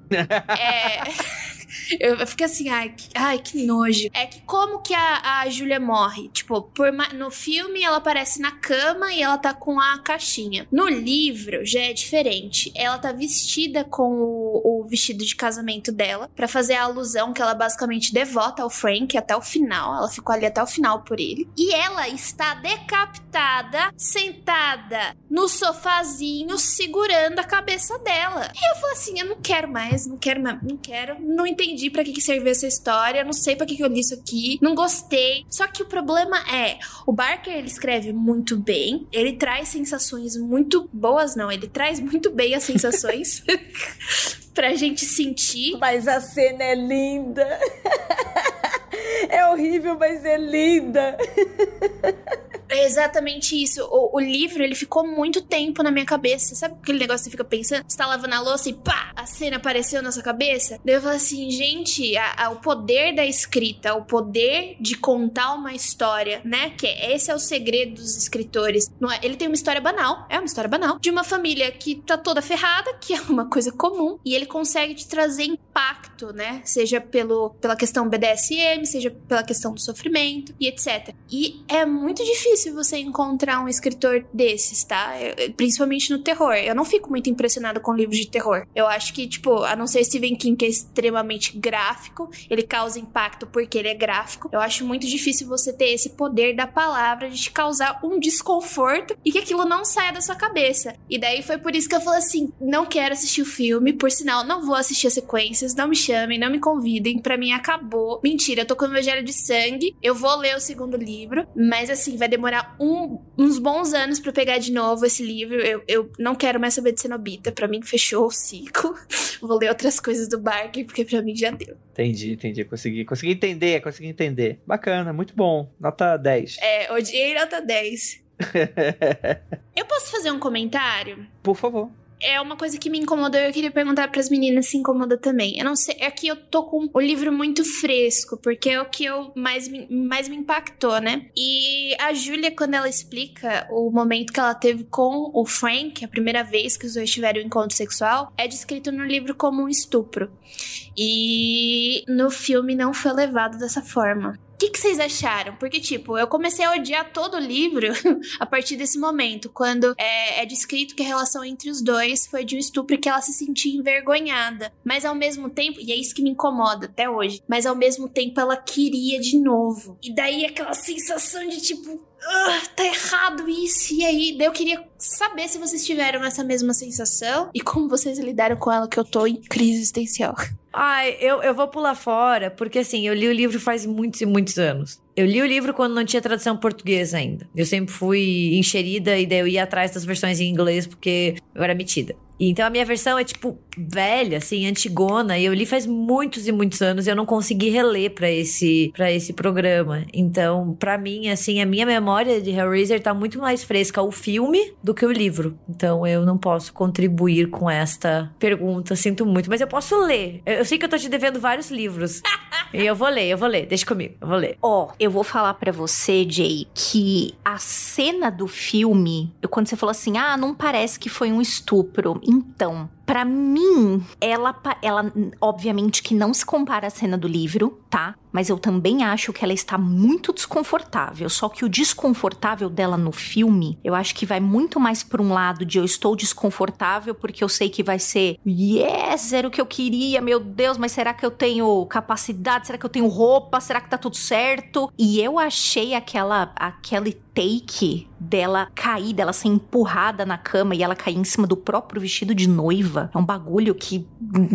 Eu fiquei assim, ai, que nojo. É que como que a Julia morre? Tipo, no filme ela aparece na cama e ela tá com a caixinha. No livro já é diferente. Ela tá vestida com o vestido de casamento dela, pra fazer a alusão que ela basicamente devota ao Frank até o final. Ela ficou ali até o final por ele. E ela está decapitada, sentada no sofazinho, segurando a cabeça dela. E eu falei assim, eu não quero mais. Não entendi pra que serviu essa história, não sei pra que eu li isso aqui, não gostei. Só que o problema é, o Barker, ele escreve muito bem, ele traz sensações muito boas, não, ele traz muito bem as sensações pra gente sentir. Mas a cena é linda. É horrível, mas é linda. É exatamente isso. O livro, ele ficou muito tempo na minha cabeça. Sabe aquele negócio que você fica pensando? Você tá lavando a louça e pá, a cena apareceu na sua cabeça? Daí eu falo assim, gente, o poder da escrita, o poder de contar uma história, né? Que esse é o segredo dos escritores. Não é, ele tem uma história banal, é uma história banal, de uma família que tá toda ferrada, que é uma coisa comum, e ele consegue te trazer impacto, né? Seja pela questão BDSM, seja pela questão do sofrimento e etc. E é muito difícil você encontrar um escritor desses, tá? Principalmente no terror. Eu não fico muito impressionado com livros de terror. Eu acho que, tipo, a não ser Stephen King, que é extremamente gráfico, ele causa impacto porque ele é gráfico. Eu acho muito difícil você ter esse poder da palavra de te causar um desconforto e que aquilo não saia da sua cabeça. E daí foi por isso que eu falei assim, não quero assistir o filme, por sinal, não vou assistir as sequências, não me chamem, não me convidem, pra mim acabou. Mentira, eu tô com o Evangelho de Sangue, eu vou ler o segundo livro, mas assim, vai demorar uns bons anos pra eu pegar de novo esse livro. Eu não quero mais saber de Cenobita, pra mim fechou o ciclo. Vou ler outras coisas do Barker, porque pra mim já deu. Entendi. Consegui entender. Bacana, muito bom. Nota 10. Odiei nota 10. Eu posso fazer um comentário? Por favor. É uma coisa que me incomodou e eu queria perguntar pras meninas se incomoda também. Eu não sei, é que eu tô com o livro muito fresco, porque é o que mais me impactou, né? E a Júlia, quando ela explica o momento que ela teve com o Frank, a primeira vez que os dois tiveram um encontro sexual, é descrito no livro como um estupro. E no filme não foi levado dessa forma. O que vocês acharam? Porque, tipo, eu comecei a odiar todo o livro a partir desse momento, quando é descrito que a relação entre os dois foi de um estupro e que ela se sentia envergonhada. Mas ao mesmo tempo, e é isso que me incomoda até hoje, mas ao mesmo tempo ela queria de novo. E daí aquela sensação de, tipo, tá errado isso, e aí? Daí eu queria saber se vocês tiveram essa mesma sensação e como vocês lidaram com ela, que eu tô em crise existencial. Ai, eu vou pular fora, porque assim, eu li o livro faz muitos e muitos anos. Eu li o livro quando não tinha tradução portuguesa ainda. Eu sempre fui enxerida e daí eu ia atrás das versões em inglês porque eu era metida. Então a minha versão é tipo velha, assim, antigona, e eu li faz muitos e muitos anos e eu não consegui reler pra esse programa. Então, pra mim, assim, a minha memória de Hellraiser tá muito mais fresca o filme do que o livro. Então eu não posso contribuir com esta pergunta, sinto muito. Mas eu posso ler. Eu sei que eu tô te devendo vários livros. E eu vou ler, deixa comigo, eu vou ler. Eu vou falar pra você, Jay, que a cena do filme, quando você falou assim, não parece que foi um estupro. Então, pra mim, ela obviamente que não se compara à cena do livro, tá? Mas eu também acho que ela está muito desconfortável. Só que o desconfortável dela no filme, eu acho que vai muito mais por um lado de eu estou desconfortável porque eu sei que vai ser yes, era o que eu queria, meu Deus, mas será que eu tenho capacidade? Será que eu tenho roupa? Será que tá tudo certo? E eu achei aquele take dela cair, dela ser empurrada na cama e ela cair em cima do próprio vestido de noiva. É um bagulho que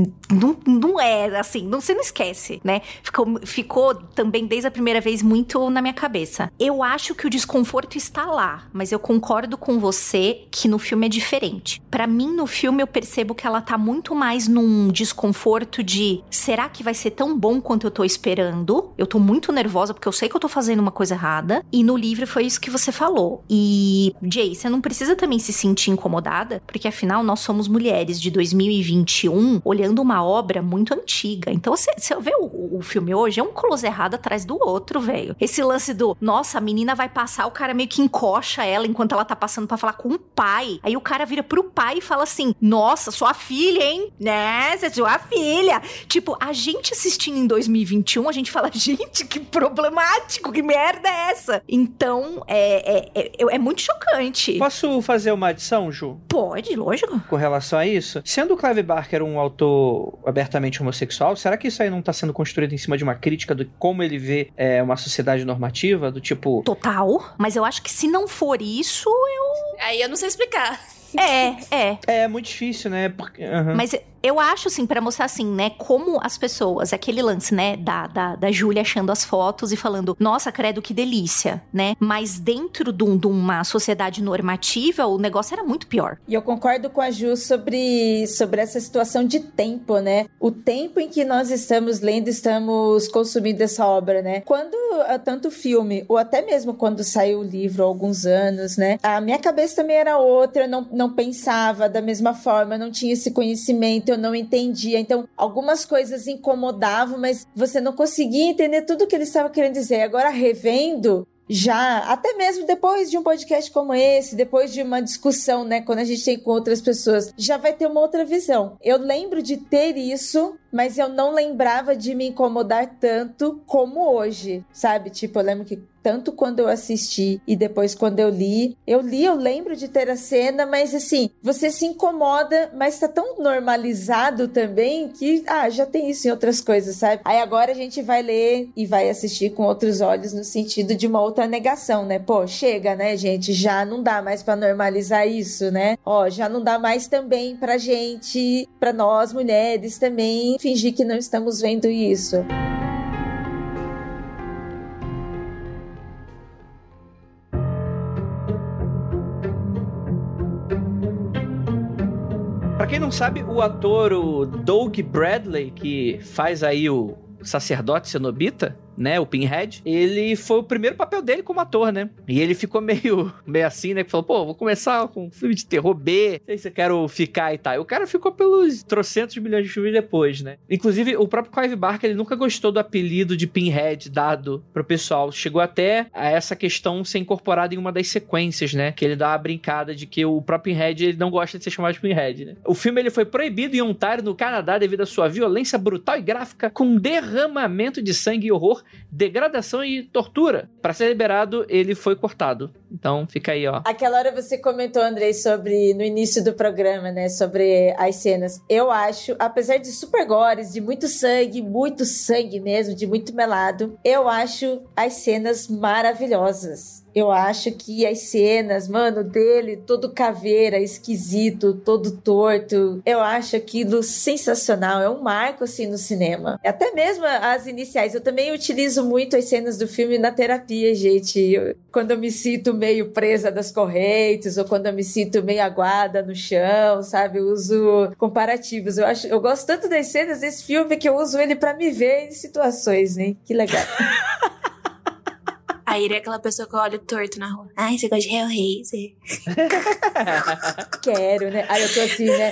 não é assim, você não esquece, né? Ficou também desde a primeira vez muito na minha cabeça. Eu acho que o desconforto está lá, mas eu concordo com você que no filme é diferente. Pra mim, no filme, eu percebo que ela tá muito mais num desconforto de será que vai ser tão bom quanto eu tô esperando? Eu tô muito nervosa porque eu sei que eu tô fazendo uma coisa errada. E no livro foi isso que você falou. E, Jay, você não precisa também se sentir incomodada, porque afinal nós somos mulheres de 2021 olhando uma obra muito antiga. Então, você vê o filme hoje, é um close errado atrás do outro, velho. Esse lance do, nossa, a menina vai passar, o cara meio que encoxa ela enquanto ela tá passando pra falar com o pai. Aí o cara vira pro pai e fala assim, nossa, sua filha, hein? Né? Você é sua filha. Tipo, a gente assistindo em 2021, a gente fala, gente, que problemático, que merda é essa? Então, é muito chocante. Posso fazer uma adição, Ju? Pode, lógico. Com relação a isso? Sendo o Clive Barker um autor abertamente homossexual, será que isso aí não tá sendo construído em cima de uma crítica de como ele vê uma sociedade normativa? Do tipo... Total. Mas eu acho que se não for isso, Aí eu não sei explicar. É muito difícil, né? Porque, Mas Eu acho, assim, pra mostrar, assim, né, como as pessoas, aquele lance, né, da Júlia achando as fotos e falando, nossa, credo, que delícia, né? Mas dentro de uma sociedade normativa, o negócio era muito pior. E eu concordo com a Ju sobre essa situação de tempo, né? O tempo em que nós estamos lendo, estamos consumindo essa obra, né? Quando tanto o filme, ou até mesmo quando saiu o livro há alguns anos, né? A minha cabeça também era outra, eu não pensava da mesma forma, eu não tinha esse conhecimento, eu não entendia. Então, algumas coisas incomodavam, mas você não conseguia entender tudo que ele estava querendo dizer. Agora, revendo, já, até mesmo depois de um podcast como esse, depois de uma discussão, né, quando a gente tem com outras pessoas, já vai ter uma outra visão. Eu lembro de ter isso, mas eu não lembrava de me incomodar tanto como hoje, sabe? Tipo, eu lembro que tanto quando eu assisti e depois quando eu lembro de ter a cena, mas assim, você se incomoda, mas tá tão normalizado também que, já tem isso em outras coisas, sabe? Aí agora a gente vai ler e vai assistir com outros olhos no sentido de uma outra negação, né? Pô, chega, né, gente? Já não dá mais pra normalizar isso, né? Já não dá mais também pra gente, pra nós mulheres também, fingir que não estamos vendo isso. Pra quem não sabe, o ator, o Doug Bradley, que faz aí o sacerdote cenobita, né, o Pinhead, ele foi o primeiro papel dele como ator, né? E ele ficou meio assim, né? Que falou, pô, vou começar com um filme de terror B, não sei se eu quero ficar e tal. E o cara ficou pelos trocentos milhões de filmes depois, né? Inclusive, o próprio Clive Barker, ele nunca gostou do apelido de Pinhead dado pro pessoal. Chegou até a essa questão ser incorporada em uma das sequências, né? Que ele dá uma brincada de que o próprio Pinhead, ele não gosta de ser chamado de Pinhead, né? O filme, ele foi proibido em Ontário, no Canadá, devido à sua violência brutal e gráfica, com derramamento de sangue e horror, degradação e tortura. Para ser liberado, ele foi cortado. Então, fica aí, ó. Aquela hora você comentou, Andrei, sobre, no início do programa, né, sobre as cenas. Eu acho, apesar de super gores, de muito sangue mesmo, de muito melado, eu acho as cenas maravilhosas. Eu acho que as cenas, mano, dele, todo caveira, esquisito, todo torto, eu acho aquilo sensacional. É um marco, assim, no cinema. Até mesmo as iniciais. Eu também utilizo muito as cenas do filme na terapia, gente. Quando eu me sinto meio presa das correntes, ou quando eu me sinto meio aguada no chão, sabe? Eu uso comparativos. Eu gosto tanto das cenas desse filme que eu uso ele pra me ver em situações, né? Que legal. A Ira é aquela pessoa que olha torto na rua. Ai, você gosta de Hellraiser? Quero, né? Aí eu tô assim, né?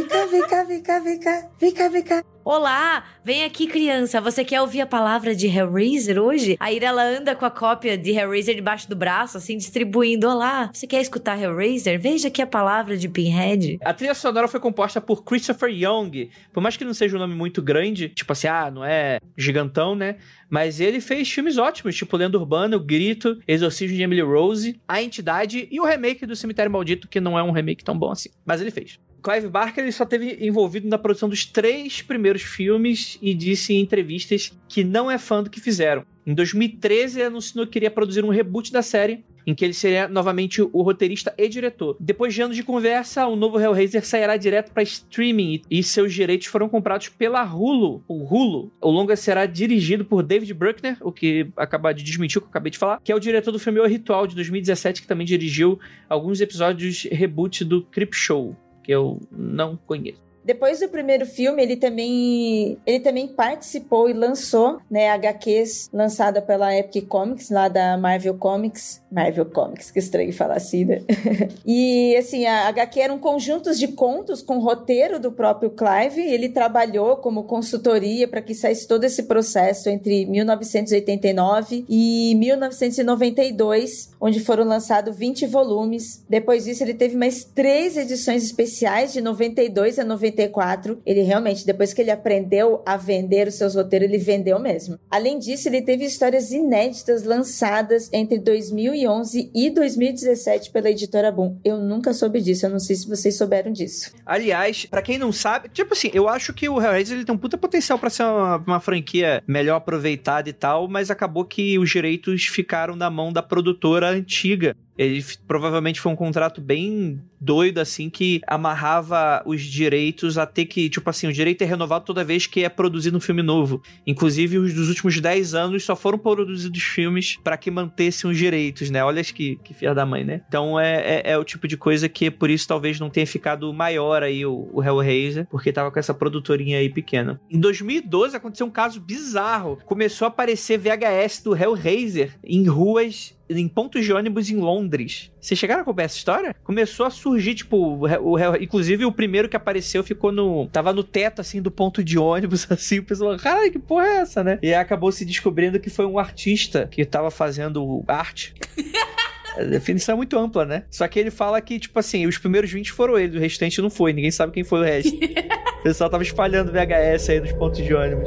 Vem cá. Olá, vem aqui, criança. Você quer ouvir a palavra de Hellraiser hoje? A Ira, ela anda com a cópia de Hellraiser debaixo do braço, assim, distribuindo. Olá, você quer escutar Hellraiser? Veja aqui a palavra de Pinhead. A trilha sonora foi composta por Christopher Young. Por mais que não seja um nome muito grande, tipo assim, não é gigantão, né? Mas ele fez filmes ótimos, tipo Lenda Urbana, O Grito, Exorcismo de Emily Rose, A Entidade e o remake do Cemitério Maldito, que não é um remake tão bom assim. Mas ele fez. Clive Barker, ele só esteve envolvido na produção dos 3 primeiros filmes e disse em entrevistas que não é fã do que fizeram. Em 2013, ele anunciou que queria produzir um reboot da série, em que ele seria novamente o roteirista e diretor. Depois de anos de conversa, o novo Hellraiser sairá direto para streaming e seus direitos foram comprados pela Hulu. O longa será dirigido por David Bruckner, o que acaba de desmentir o que eu acabei de falar, que é o diretor do filme O Ritual, de 2017, que também dirigiu alguns episódios reboot do Creepshow, que eu não conheço. Depois do primeiro filme, ele também participou e lançou, né, HQs lançada pela Epic Comics, lá da Marvel Comics, que estranho falar assim, né? E, assim, a HQ eram conjuntos de contos com roteiro do próprio Clive. Ele trabalhou como consultoria para que saísse todo esse processo entre 1989 e 1992, onde foram lançados 20 volumes. Depois disso, ele teve mais 3 edições especiais, de 92 a 94. Ele realmente, depois que ele aprendeu a vender os seus roteiros, ele vendeu mesmo. Além disso, ele teve histórias inéditas lançadas entre 2011 e 2017 pela editora Boom. Eu nunca soube disso, eu não sei se vocês souberam disso. Aliás, pra quem não sabe, tipo assim, eu acho que o Hellraiser, ele tem um puta potencial pra ser uma franquia melhor aproveitada e tal, mas acabou que os direitos ficaram na mão da produtora antiga. Ele provavelmente foi um contrato bem doido, assim, que amarrava os direitos a ter que, tipo assim, o direito é renovado toda vez que é produzido um filme novo. Inclusive, os dos últimos 10 anos só foram produzidos filmes pra que mantessem os direitos, né? Olha que filha da mãe, né? Então é o tipo de coisa que por isso talvez não tenha ficado maior aí o Hellraiser, porque tava com essa produtorinha aí pequena. Em 2012 aconteceu um caso bizarro. Começou a aparecer VHS do Hellraiser em ruas, em pontos de ônibus em Londres. Vocês chegaram a acompanhar essa história? Começou a surgir, tipo, inclusive o primeiro que apareceu tava no teto, assim, do ponto de ônibus, assim, o pessoal, caralho, que porra é essa, né? E acabou se descobrindo que foi um artista que tava fazendo arte. A definição é muito ampla, né? Só que ele fala que, tipo assim, os primeiros 20 foram ele, o restante não foi, ninguém sabe quem foi o resto. O pessoal tava espalhando VHS aí nos pontos de ônibus.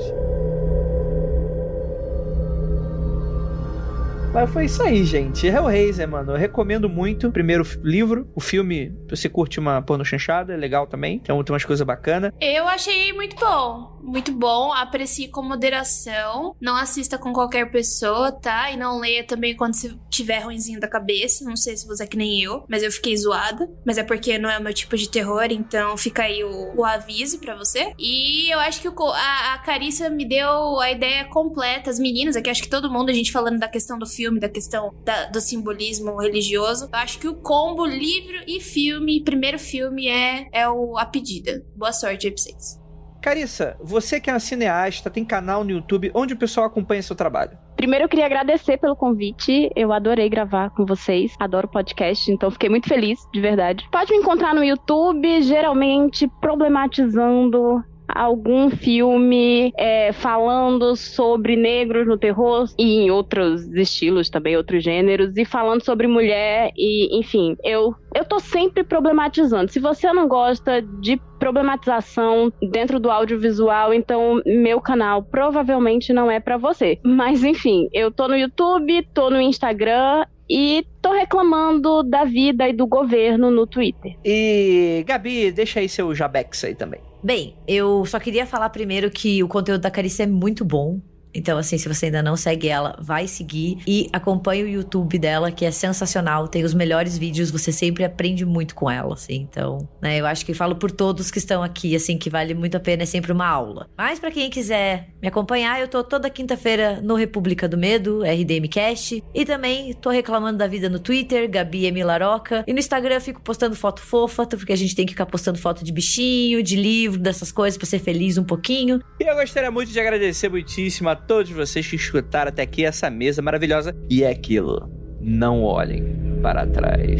Mas foi isso aí, gente. Hellraiser, mano, eu recomendo muito. Primeiro livro, o filme, se você curte uma porno chanchada, é legal também. Tem umas coisas bacanas. Eu achei muito bom. Muito bom. Aprecie com moderação. Não assista com qualquer pessoa, tá? E não leia também quando você tiver ruinzinho da cabeça. Não sei se você é que nem eu, mas eu fiquei zoada. Mas é porque não é o meu tipo de terror, então fica aí o aviso pra você. E eu acho que a Carissa me deu a ideia completa. As meninas aqui, acho que todo mundo, a gente falando da questão do filme, da questão do simbolismo religioso. Eu acho que o combo livro e filme, primeiro filme é a pedida. Boa sorte aí pra vocês. Carissa, você que é uma cineasta, tem canal no YouTube, onde o pessoal acompanha seu trabalho? Primeiro eu queria agradecer pelo convite, eu adorei gravar com vocês, adoro podcast, então fiquei muito feliz, de verdade. Pode me encontrar no YouTube, geralmente problematizando algum filme falando sobre negros no terror e em outros estilos também, outros gêneros, e falando sobre mulher e, enfim, eu tô sempre problematizando. Se você não gosta de problematização dentro do audiovisual, então meu canal provavelmente não é pra você. Mas, enfim, eu tô no YouTube, tô no Instagram e tô reclamando da vida e do governo no Twitter. E, Gabi, deixa aí seu jabex aí também. Bem, eu só queria falar primeiro que o conteúdo da Carissa é muito bom. Então, assim, se você ainda não segue ela, vai seguir. E acompanhe o YouTube dela, que é sensacional. Tem os melhores vídeos, você sempre aprende muito com ela, assim. Então, né, eu acho que falo por todos que estão aqui, assim, que vale muito a pena, é sempre uma aula. Mas pra quem quiser me acompanhar, eu tô toda quinta-feira no República do Medo, RDMcast. E também tô reclamando da vida no Twitter, Gabi M. Laroca. E no Instagram eu fico postando foto fofa, porque a gente tem que ficar postando foto de bichinho, de livro, dessas coisas, pra ser feliz um pouquinho. E eu gostaria muito de agradecer muitíssimo a todos vocês que escutaram até aqui essa mesa maravilhosa. E é aquilo, não olhem para trás.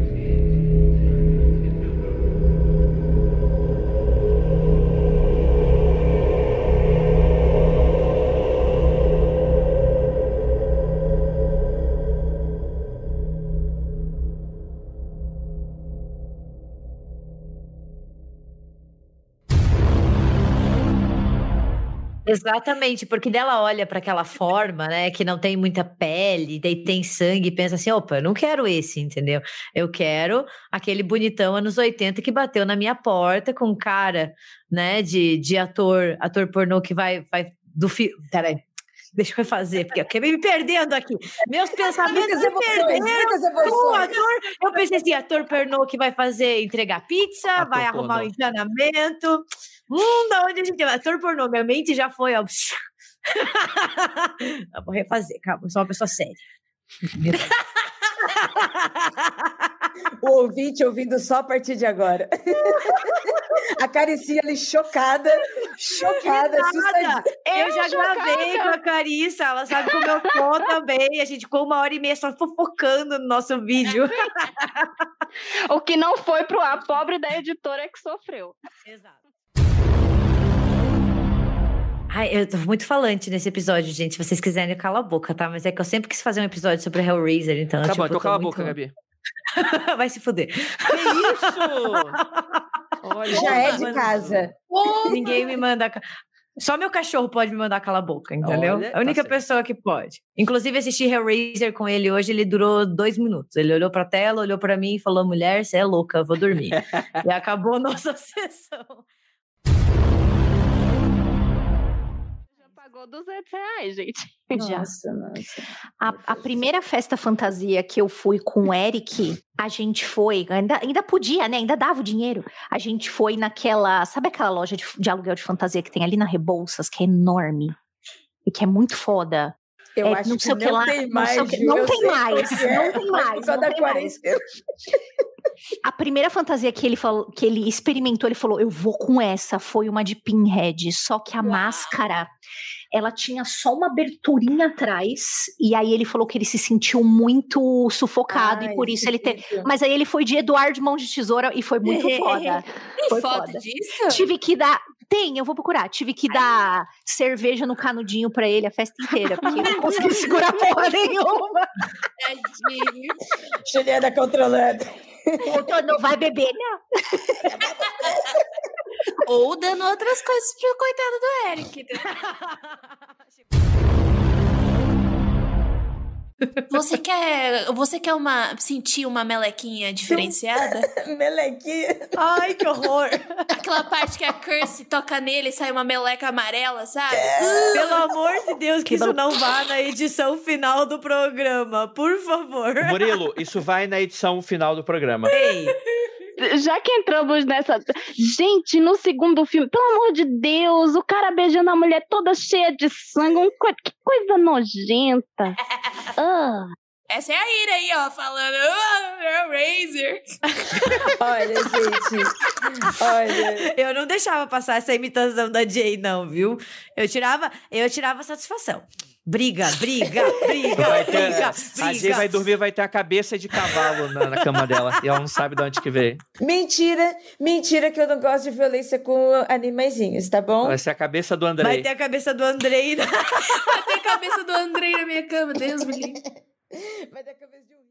Exatamente, porque dela olha para aquela forma, né, que não tem muita pele, daí tem sangue, e pensa assim, opa, eu não quero esse, entendeu? Eu quero aquele bonitão anos 80 que bateu na minha porta com cara, né, de ator pornô que vai do filme. Peraí, deixa eu refazer, porque eu acabei me perdendo aqui. Meus pensamentos se perdendo. Eu pensei assim, ator pornô que vai entregar pizza, ator vai arrumar o encanamento. Da onde a gente vai? Ator pornô, minha mente já foi, ó. Vou refazer, calma, eu sou uma pessoa séria. O ouvinte ouvindo só a partir de agora. A Caricinha ali chocada, assustadinha. Eu já gravei com a Carissa, ela sabe como eu tô também. A gente ficou 1h30 só fofocando no nosso vídeo. O que não foi a pobre da editora que sofreu. Exato. Ai, eu tô muito falante nesse episódio, gente. Se vocês quiserem, cala a boca, tá? Mas é que eu sempre quis fazer um episódio sobre Hellraiser, então... Tá bom, então cala a boca, Gabi. Vai se fuder. Que isso? Olha, já é de casa. Ninguém me manda... Só meu cachorro pode me mandar calar a boca, entendeu? Olha, a única pessoa que pode. Inclusive, assisti Hellraiser com ele hoje, ele durou 2 minutos. Ele olhou pra tela, olhou pra mim e falou, mulher, você é louca, eu vou dormir. E acabou a nossa sessão. pagou R$200, gente. Já. Nossa. A primeira festa fantasia que eu fui com o Eric, a gente foi, ainda podia, né? Ainda dava o dinheiro. A gente foi naquela, sabe aquela loja de aluguel de fantasia que tem ali na Rebouças, que é enorme e que é muito foda? Eu É, acho não sei que o que não lá, tem não mais, sei o que- Gil, não eu tem sei mais, qual que é, não tem mas mais, por causa não da tem mais. quarentena. A primeira fantasia que ele falou, que ele experimentou, ele falou, eu vou com essa, foi uma de Pinhead, só que a máscara, ela tinha só uma aberturinha atrás, e aí ele falou que ele se sentiu muito sufocado, e por isso ele teve... Mas aí ele foi de Eduardo Mão de Tesoura, e foi muito foda. Tem Foi foto foda. disso? Tive que dar... Tem, eu vou procurar. Tive que dar cerveja no canudinho pra ele a festa inteira, porque eu não consegui segurar porra nenhuma. Tadinho. Juliana controlando. Não vai beber, não. Ou dando outras coisas pro coitado do Eric. Você quer sentir uma melequinha diferenciada? Melequinha. Ai, que horror. Aquela parte que a Kirsten toca nele e sai uma meleca amarela, sabe? Pelo amor de Deus, que isso não vá na edição final do programa, por favor. Murilo, isso vai na edição final do programa. Ei, Já que entramos nessa... Gente, no segundo filme, pelo amor de Deus, o cara beijando a mulher toda cheia de sangue, que coisa nojenta. Essa é a Ira aí, ó, falando Hellraiser. Olha, gente. Olha. eu não deixava passar essa imitação da Jay, não, viu? Eu tirava satisfação. Briga. A Jay vai dormir, vai ter a cabeça de cavalo na cama dela. E ela não sabe de onde que veio. Mentira que eu não gosto de violência com animaizinhos, tá bom? Vai ser a cabeça do Andrei. Vai ter a cabeça do Andrei. Vai ter a cabeça do Andrei na minha cama, Deus me livre. Vai ter a cabeça de um...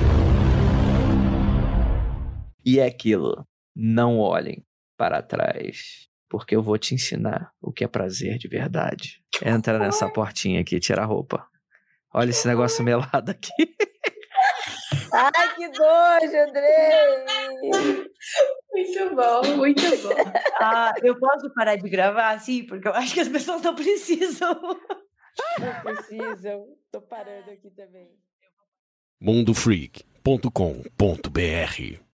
E é aquilo. Não olhem para trás. Porque eu vou te ensinar o que é prazer de verdade. Entra nessa portinha aqui, tira a roupa. Olha esse negócio melado aqui. Ai, que nojo, Andrei! Muito bom, muito bom. Eu posso parar de gravar assim? Porque eu acho que as pessoas não precisam. Não precisam. Tô parando aqui também. mundofreak.com.br